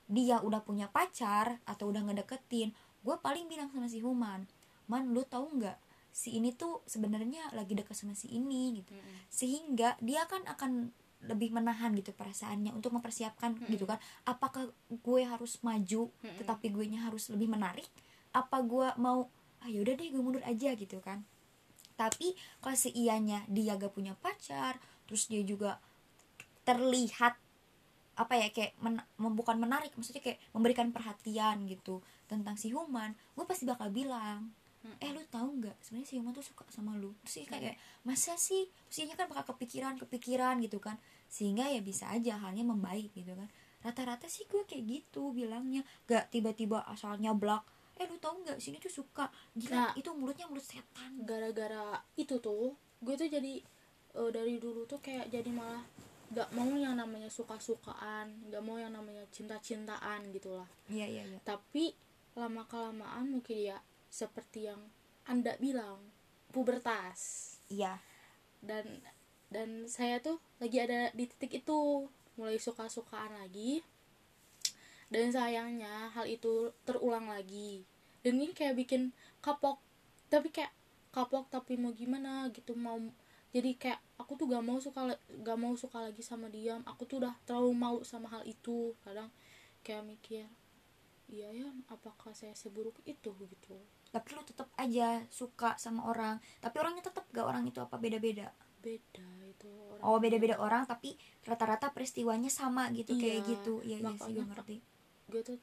dia udah punya pacar atau udah ngedeketin, gue paling bilang sama si Human, man lu tahu nggak si ini tuh sebenarnya lagi deket sama si ini gitu. Mm-mm. Sehingga dia kan akan lebih menahan gitu perasaannya untuk mempersiapkan Mm-mm. gitu kan, apakah gue harus maju Mm-mm. tetapi gue nya harus lebih menarik, apa gue mau ah yaudah deh gue mundur aja gitu kan. Tapi kalau si ianya dia gak punya pacar, terus dia juga terlihat apa ya kayak men, bukan menarik, maksudnya kayak memberikan perhatian gitu tentang si Human, gue pasti bakal bilang, eh lu tahu nggak sebenarnya si Human tuh suka sama lu. Terus dia kayak masa sih, terusnya kan bakal kepikiran kepikiran gitu kan, sehingga ya bisa aja halnya membaik gitu kan. Rata-rata sih gue kayak gitu bilangnya, gak tiba-tiba asalnya blak, eh lu tahu nggak sini tuh suka, gila Nah, itu mulutnya mulut setan. gara-gara itu tuh gue tuh jadi eh, dari dulu tuh kayak jadi malah gak mau yang namanya suka-sukaan, gak mau yang namanya cinta-cintaan gitulah. Iya iya iya. Tapi lama kelamaan mungkin ya seperti yang anda bilang, pubertas. Iya. dan dan saya tuh lagi ada di titik itu, mulai suka-sukaan lagi, dan sayangnya hal itu terulang lagi, dan ini kayak bikin kapok. Tapi kayak kapok tapi mau gimana gitu, mau jadi kayak aku tuh gak mau suka gak mau suka lagi sama dia, aku tuh udah terlalu malu sama hal itu. Kadang kayak mikir, iya ya, apakah saya seburuk itu gitu. Tapi lu tetap aja suka sama orang, tapi orangnya tetap gak orang itu apa beda-beda? Beda itu orang. Oh beda-beda orang tapi rata-rata peristiwanya sama gitu. Iya, kayak gitu. Iya iya sih gue makanya ngerti. gue tuh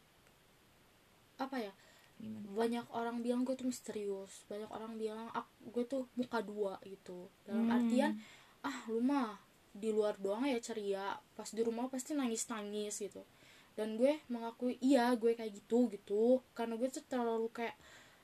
apa ya, Gimana? banyak orang bilang gue tuh misterius, banyak orang bilang aku, gue tuh muka dua gitu, dalam Hmm. artian ah lu mah di luar doang ya ceria, pas di rumah pasti nangis-nangis gitu. Dan gue mengakui iya gue kayak gitu gitu, karena gue tuh terlalu kayak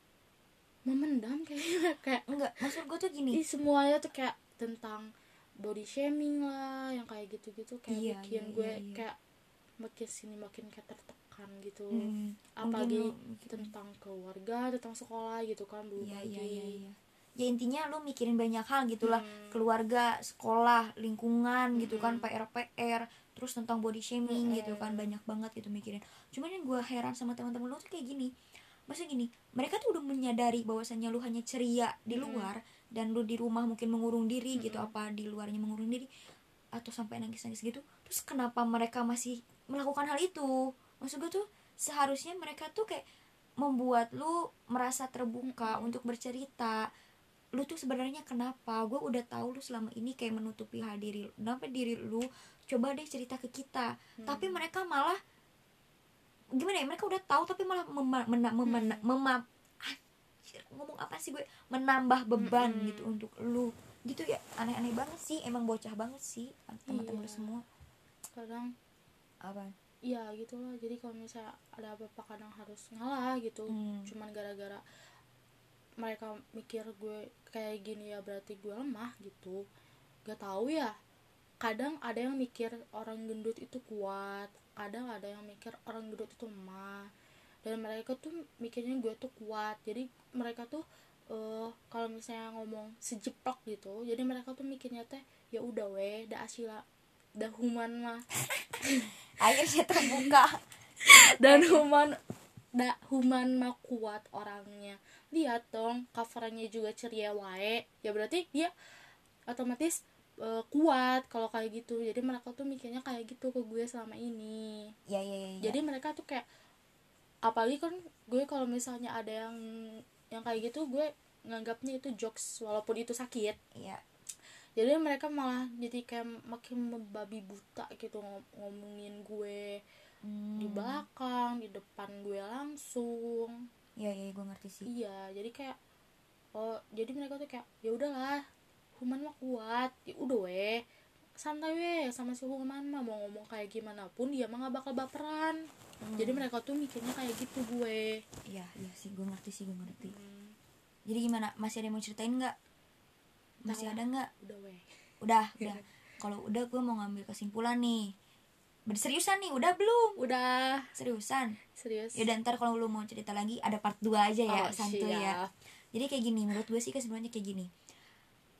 memendam kayak kayak Enggak, maksud gue tuh gini. ih, semuanya tuh kayak tentang body shaming lah, yang kayak gitu-gitu kayak Iya, bikin iya, gue iya, iya. kayak makin sini makin kayak tertekan gitu. Hmm, Apalagi mungkin lu- tentang keluarga, tentang sekolah gitu kan, belum Iya lagi. iya iya iya. Ya intinya lu mikirin banyak hal gitulah, Hmm. keluarga, sekolah, lingkungan gitu kan, Mm-mm. P R P R, terus tentang body shaming Mm-mm. gitu kan, banyak banget gitu mikirin. Cuman yang gue heran sama teman-teman lu tuh kayak gini. Maksudnya gini, mereka tuh udah menyadari bahwasannya lu hanya ceria di Mm-mm. luar dan lu di rumah mungkin mengurung diri gitu, Mm-mm. apa di luarnya mengurung diri atau sampai nangis-nangis gitu. Terus kenapa mereka masih melakukan hal itu? Maksud gue tuh seharusnya mereka tuh kayak membuat lu merasa terbuka Mm-mm. untuk bercerita. Lu tuh sebenarnya kenapa? Gue udah tahu lu selama ini kayak menutupi hal diri lu. Kenapa diri lu? Coba deh cerita ke kita. Hmm. Tapi mereka malah gimana ya? Mereka udah tahu tapi malah mema, mena, mema, Hmm. mema- anjir, ngomong apa sih gue? Menambah beban Mm-mm. gitu untuk lu. Gitu ya, aneh-aneh banget sih. Emang bocah banget sih teman-teman lu Iya. semua. Kadang Apa? iya gitu lah, jadi kalau misalnya ada apa-apa kadang harus ngalah gitu. Hmm. Cuman gara-gara mereka mikir gue kayak gini ya berarti gue lemah gitu, gak tahu ya. Kadang ada yang mikir orang gendut itu kuat, kadang ada yang mikir orang gendut itu lemah, dan mereka tuh mikirnya gue tuh kuat. Jadi mereka tuh uh, kalau misalnya ngomong sejeplak gitu, jadi mereka tuh mikirnya teh ya udah weh dah asila dah Human mah Akhirnya terbuka. dan Human dah Human mah kuat orangnya. Lihat dong covernya juga ceria wae, ya berarti dia otomatis uh, kuat kalau kayak gitu. Jadi mereka tuh mikirnya kayak gitu ke gue selama ini. Ya ya ya. Jadi mereka tuh kayak, apalagi kan gue kalau misalnya ada yang yang kayak gitu, gue nganggapnya itu jokes walaupun itu sakit. Iya. Jadi mereka malah jadi kayak makin membabi buta gitu, ngom- ngomongin gue Hmm. di belakang, di depan gue langsung. Iya iya gue ngerti sih. Iya, jadi kayak oh, jadi mereka tuh kayak ya udahlah, Human mah kuat, ya udah weh, santai weh sama si Human mah, mau ngomong kayak gimana pun dia mah gak bakal baperan. Hmm. Jadi mereka tuh mikirnya kayak gitu gue. Iya iya sih gue ngerti sih gue ngerti. Hmm, Jadi gimana? Masih ada yang mau ceritain nggak? Masih Nah. ada nggak? udah weh. Udah udah. Kalau udah gue mau ngambil kesimpulan nih. Berseriusan nih udah belum? Udah, Seriusan? serius. Ya udah ntar kalau lu mau cerita lagi ada part dua aja ya, Oh, santuy ya. siap. Jadi kayak gini, menurut gue sih kesimpulannya kayak gini.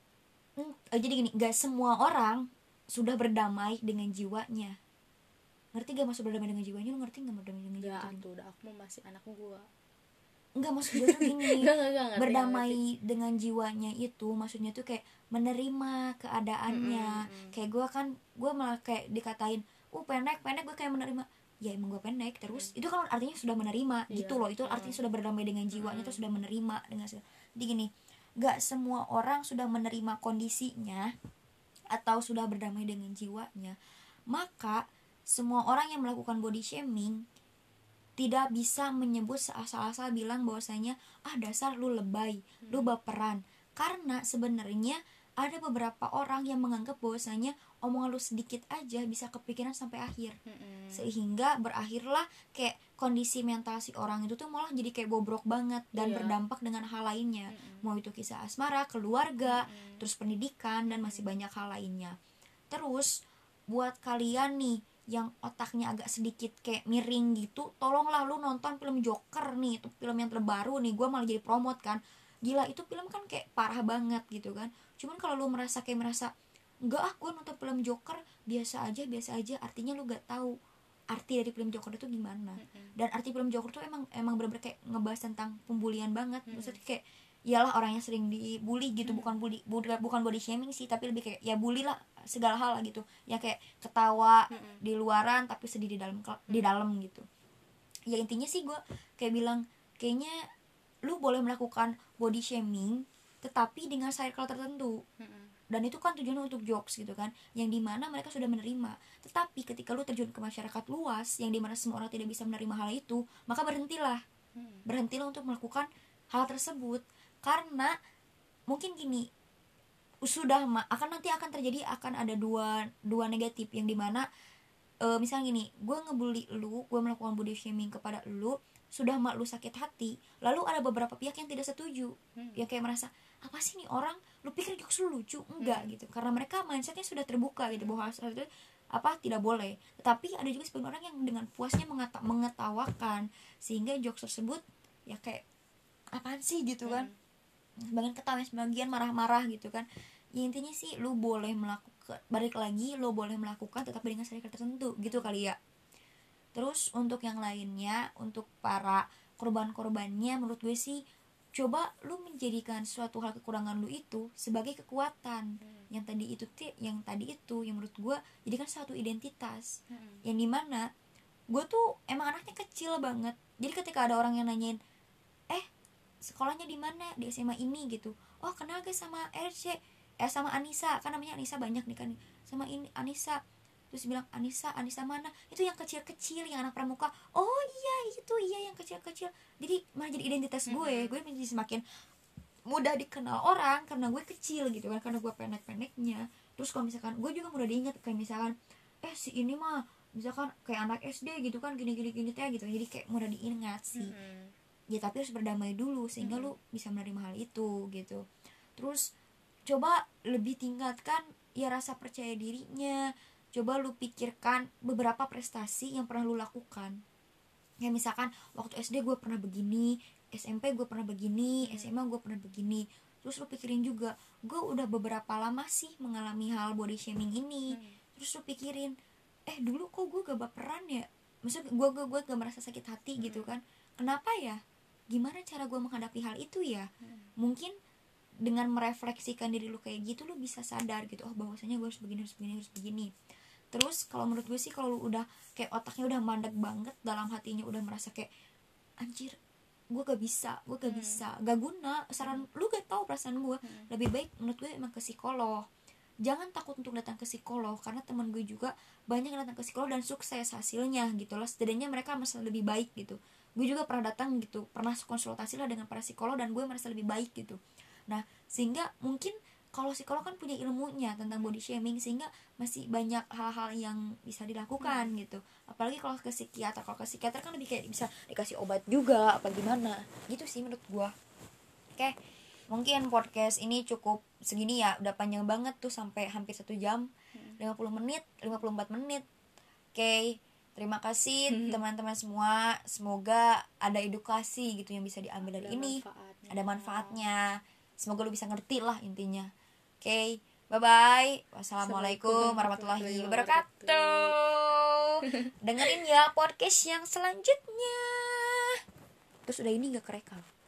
Hmm, eh, jadi gini, gak semua orang sudah berdamai dengan jiwanya. ngerti gak maksud berdamai dengan jiwanya? Lu ngerti gak berdamai dengan Gak jiwanya? tuh, udah aku mau masih anak gua. Enggak, maksud gue tuh gini. Gak, gak, gak, ngerti, berdamai ngerti. dengan jiwanya itu maksudnya tuh kayak menerima keadaannya. Mm, mm, mm. Kayak gue kan, gue malah kayak dikatain uh pendek pendek, gue kayak menerima, ya emang gue pendek terus. mm. Itu kan artinya sudah menerima. Iya. Gitu loh, itu artinya Mm. sudah berdamai dengan jiwanya. Mm. Tuh sudah menerima dengan segala. Jadi gini, gak semua orang sudah menerima kondisinya atau sudah berdamai dengan jiwanya. Maka semua orang yang melakukan body shaming tidak bisa menyebut seasal-asal bilang bahwasanya ah dasar lu lebay, hmm. lu baperan. Karena sebenarnya ada beberapa orang yang menganggap bahwasanya omongan lu sedikit aja bisa kepikiran sampai akhir. Hmm. Sehingga berakhirlah kayak kondisi mental si orang itu tuh malah jadi kayak bobrok banget dan iya. berdampak dengan hal lainnya. Hmm. Mau itu kisah asmara, keluarga, hmm. terus pendidikan dan masih banyak hal lainnya. Terus buat kalian nih yang otaknya agak sedikit kayak miring gitu, tolonglah lu nonton film Joker nih, itu film yang terbaru nih, gue malah jadi promote kan. Gila, itu film kan kayak parah banget gitu kan. Cuman kalau lu merasa kayak merasa enggak ah gue nonton film Joker biasa aja biasa aja, artinya lu gak tahu arti dari film Joker itu gimana. Mm-hmm. Dan arti film Joker tuh emang emang bener-bener kayak ngebahas tentang pembulian banget. Mm-hmm. Maksudnya kayak iyalah orang yang sering dibully gitu, mm-hmm. bukan bully bukan body shaming sih, tapi lebih kayak ya bully lah segala hal lah gitu. Ya kayak ketawa mm-hmm. di luaran tapi sedih di dalam mm-hmm. di dalam gitu. Ya intinya sih gue kayak bilang kayaknya lu boleh melakukan body shaming tetapi dengan circle tertentu. Mm-hmm. Dan itu kan tujuannya untuk jokes gitu kan, yang dimana mereka sudah menerima. Tetapi ketika lu terjun ke masyarakat luas yang dimana semua orang tidak bisa menerima hal itu, maka berhentilah hmm. berhentilah untuk melakukan hal tersebut. Karena mungkin gini, sudah akan nanti akan terjadi akan ada dua dua negatif, yang dimana e, misalnya gini, gue ngebully lu, gue melakukan body shaming kepada lu, sudah mak lu sakit hati, lalu ada beberapa pihak yang tidak setuju, hmm. yang kayak merasa apa sih nih orang, lu pikir jokes lu lucu? Enggak hmm. gitu, karena mereka mindsetnya sudah terbuka gitu, bahwa hal itu apa tidak boleh. Tetapi ada juga sebagian orang yang dengan puasnya mengata- mengetawakan sehingga jokes tersebut ya kayak apaan sih gitu kan. hmm. Sebagian ketawa, sebagian marah-marah gitu kan. Ya intinya sih lu boleh melakukan, balik lagi lu boleh melakukan tetapi dengan circle tertentu gitu kali ya. Terus untuk yang lainnya, untuk para korban-korbannya, menurut gue sih coba lu menjadikan suatu hal kekurangan lu itu sebagai kekuatan. hmm. yang tadi itu yang tadi itu yang menurut gue jadikan suatu identitas. hmm. Yang dimana gue tuh emang anaknya kecil banget, jadi ketika ada orang yang nanyain eh sekolahnya di mana, di S M A ini gitu, oh kenal gak sama R C, eh sama Anissa, kan namanya Anissa banyak nih kan, sama ini Anissa. Terus bilang Anissa, Anissa mana? Itu yang kecil-kecil, yang anak pramuka. Oh iya itu, iya yang kecil-kecil. Jadi malah jadi identitas gue. Mm-hmm. Gue menjadi semakin mudah dikenal orang karena gue kecil gitu kan, karena gue pendek-pendeknya. Terus kalau misalkan gue juga mudah diingat kayak misalkan eh si ini mah misalkan kayak anak S D gitu kan, gini-gini gini teh gitu. Jadi kayak mudah diingat sih. Mm-hmm. Ya tapi harus berdamai dulu sehingga mm-hmm. lu bisa menerima hal itu gitu. Terus coba lebih tingkatkan ya rasa percaya dirinya. Coba lu pikirkan beberapa prestasi yang pernah lu lakukan. Ya misalkan waktu S D gue pernah begini, S M P gue pernah begini, hmm. S M A gue pernah begini. Terus lu pikirin juga, gue udah beberapa lama sih mengalami hal body shaming ini. hmm. Terus lu pikirin, eh dulu kok gue gak baperan ya, maksudnya gue gue gue gak merasa sakit hati hmm. gitu kan. Kenapa ya? Gimana cara gue menghadapi hal itu ya? hmm. Mungkin dengan merefleksikan diri lu kayak gitu, lu bisa sadar gitu, oh bahwasanya gue harus begini, harus begini, harus begini. Terus kalau menurut gue sih, kalau lu udah kayak otaknya udah mandek banget, dalam hatinya udah merasa kayak anjir gue gak bisa, gue gak hmm. bisa, gak guna saran hmm. lu, gak tahu perasaan gue. hmm. Lebih baik menurut gue emang ke psikolog. Jangan takut untuk datang ke psikolog, karena teman gue juga banyak yang datang ke psikolog dan sukses hasilnya gitu lah. Setidaknya mereka merasa lebih baik gitu. Gue juga pernah datang gitu, pernah konsultasi lah dengan para psikolog dan gue merasa lebih baik gitu. Nah sehingga mungkin kalau psikolog kan punya ilmunya tentang body shaming, sehingga masih banyak hal-hal yang bisa dilakukan hmm. gitu. Apalagi kalau ke psikiater, kalau ke psikiater kan lebih kayak bisa dikasih obat juga apa gimana gitu sih menurut gua. Oke, mungkin podcast ini cukup segini ya, udah panjang banget tuh sampai hampir satu jam hmm. lima puluh menit, lima puluh empat menit. Oke, terima kasih hmm. teman-teman semua, semoga ada edukasi gitu yang bisa diambil dari ada ini manfaatnya. Ada manfaatnya, semoga lu bisa ngerti lah intinya. Oke, okay, bye bye. Wassalamualaikum warahmatullahi wabarakatuh. Dengerin ya podcast yang selanjutnya. Terus udah ini gak kerekam.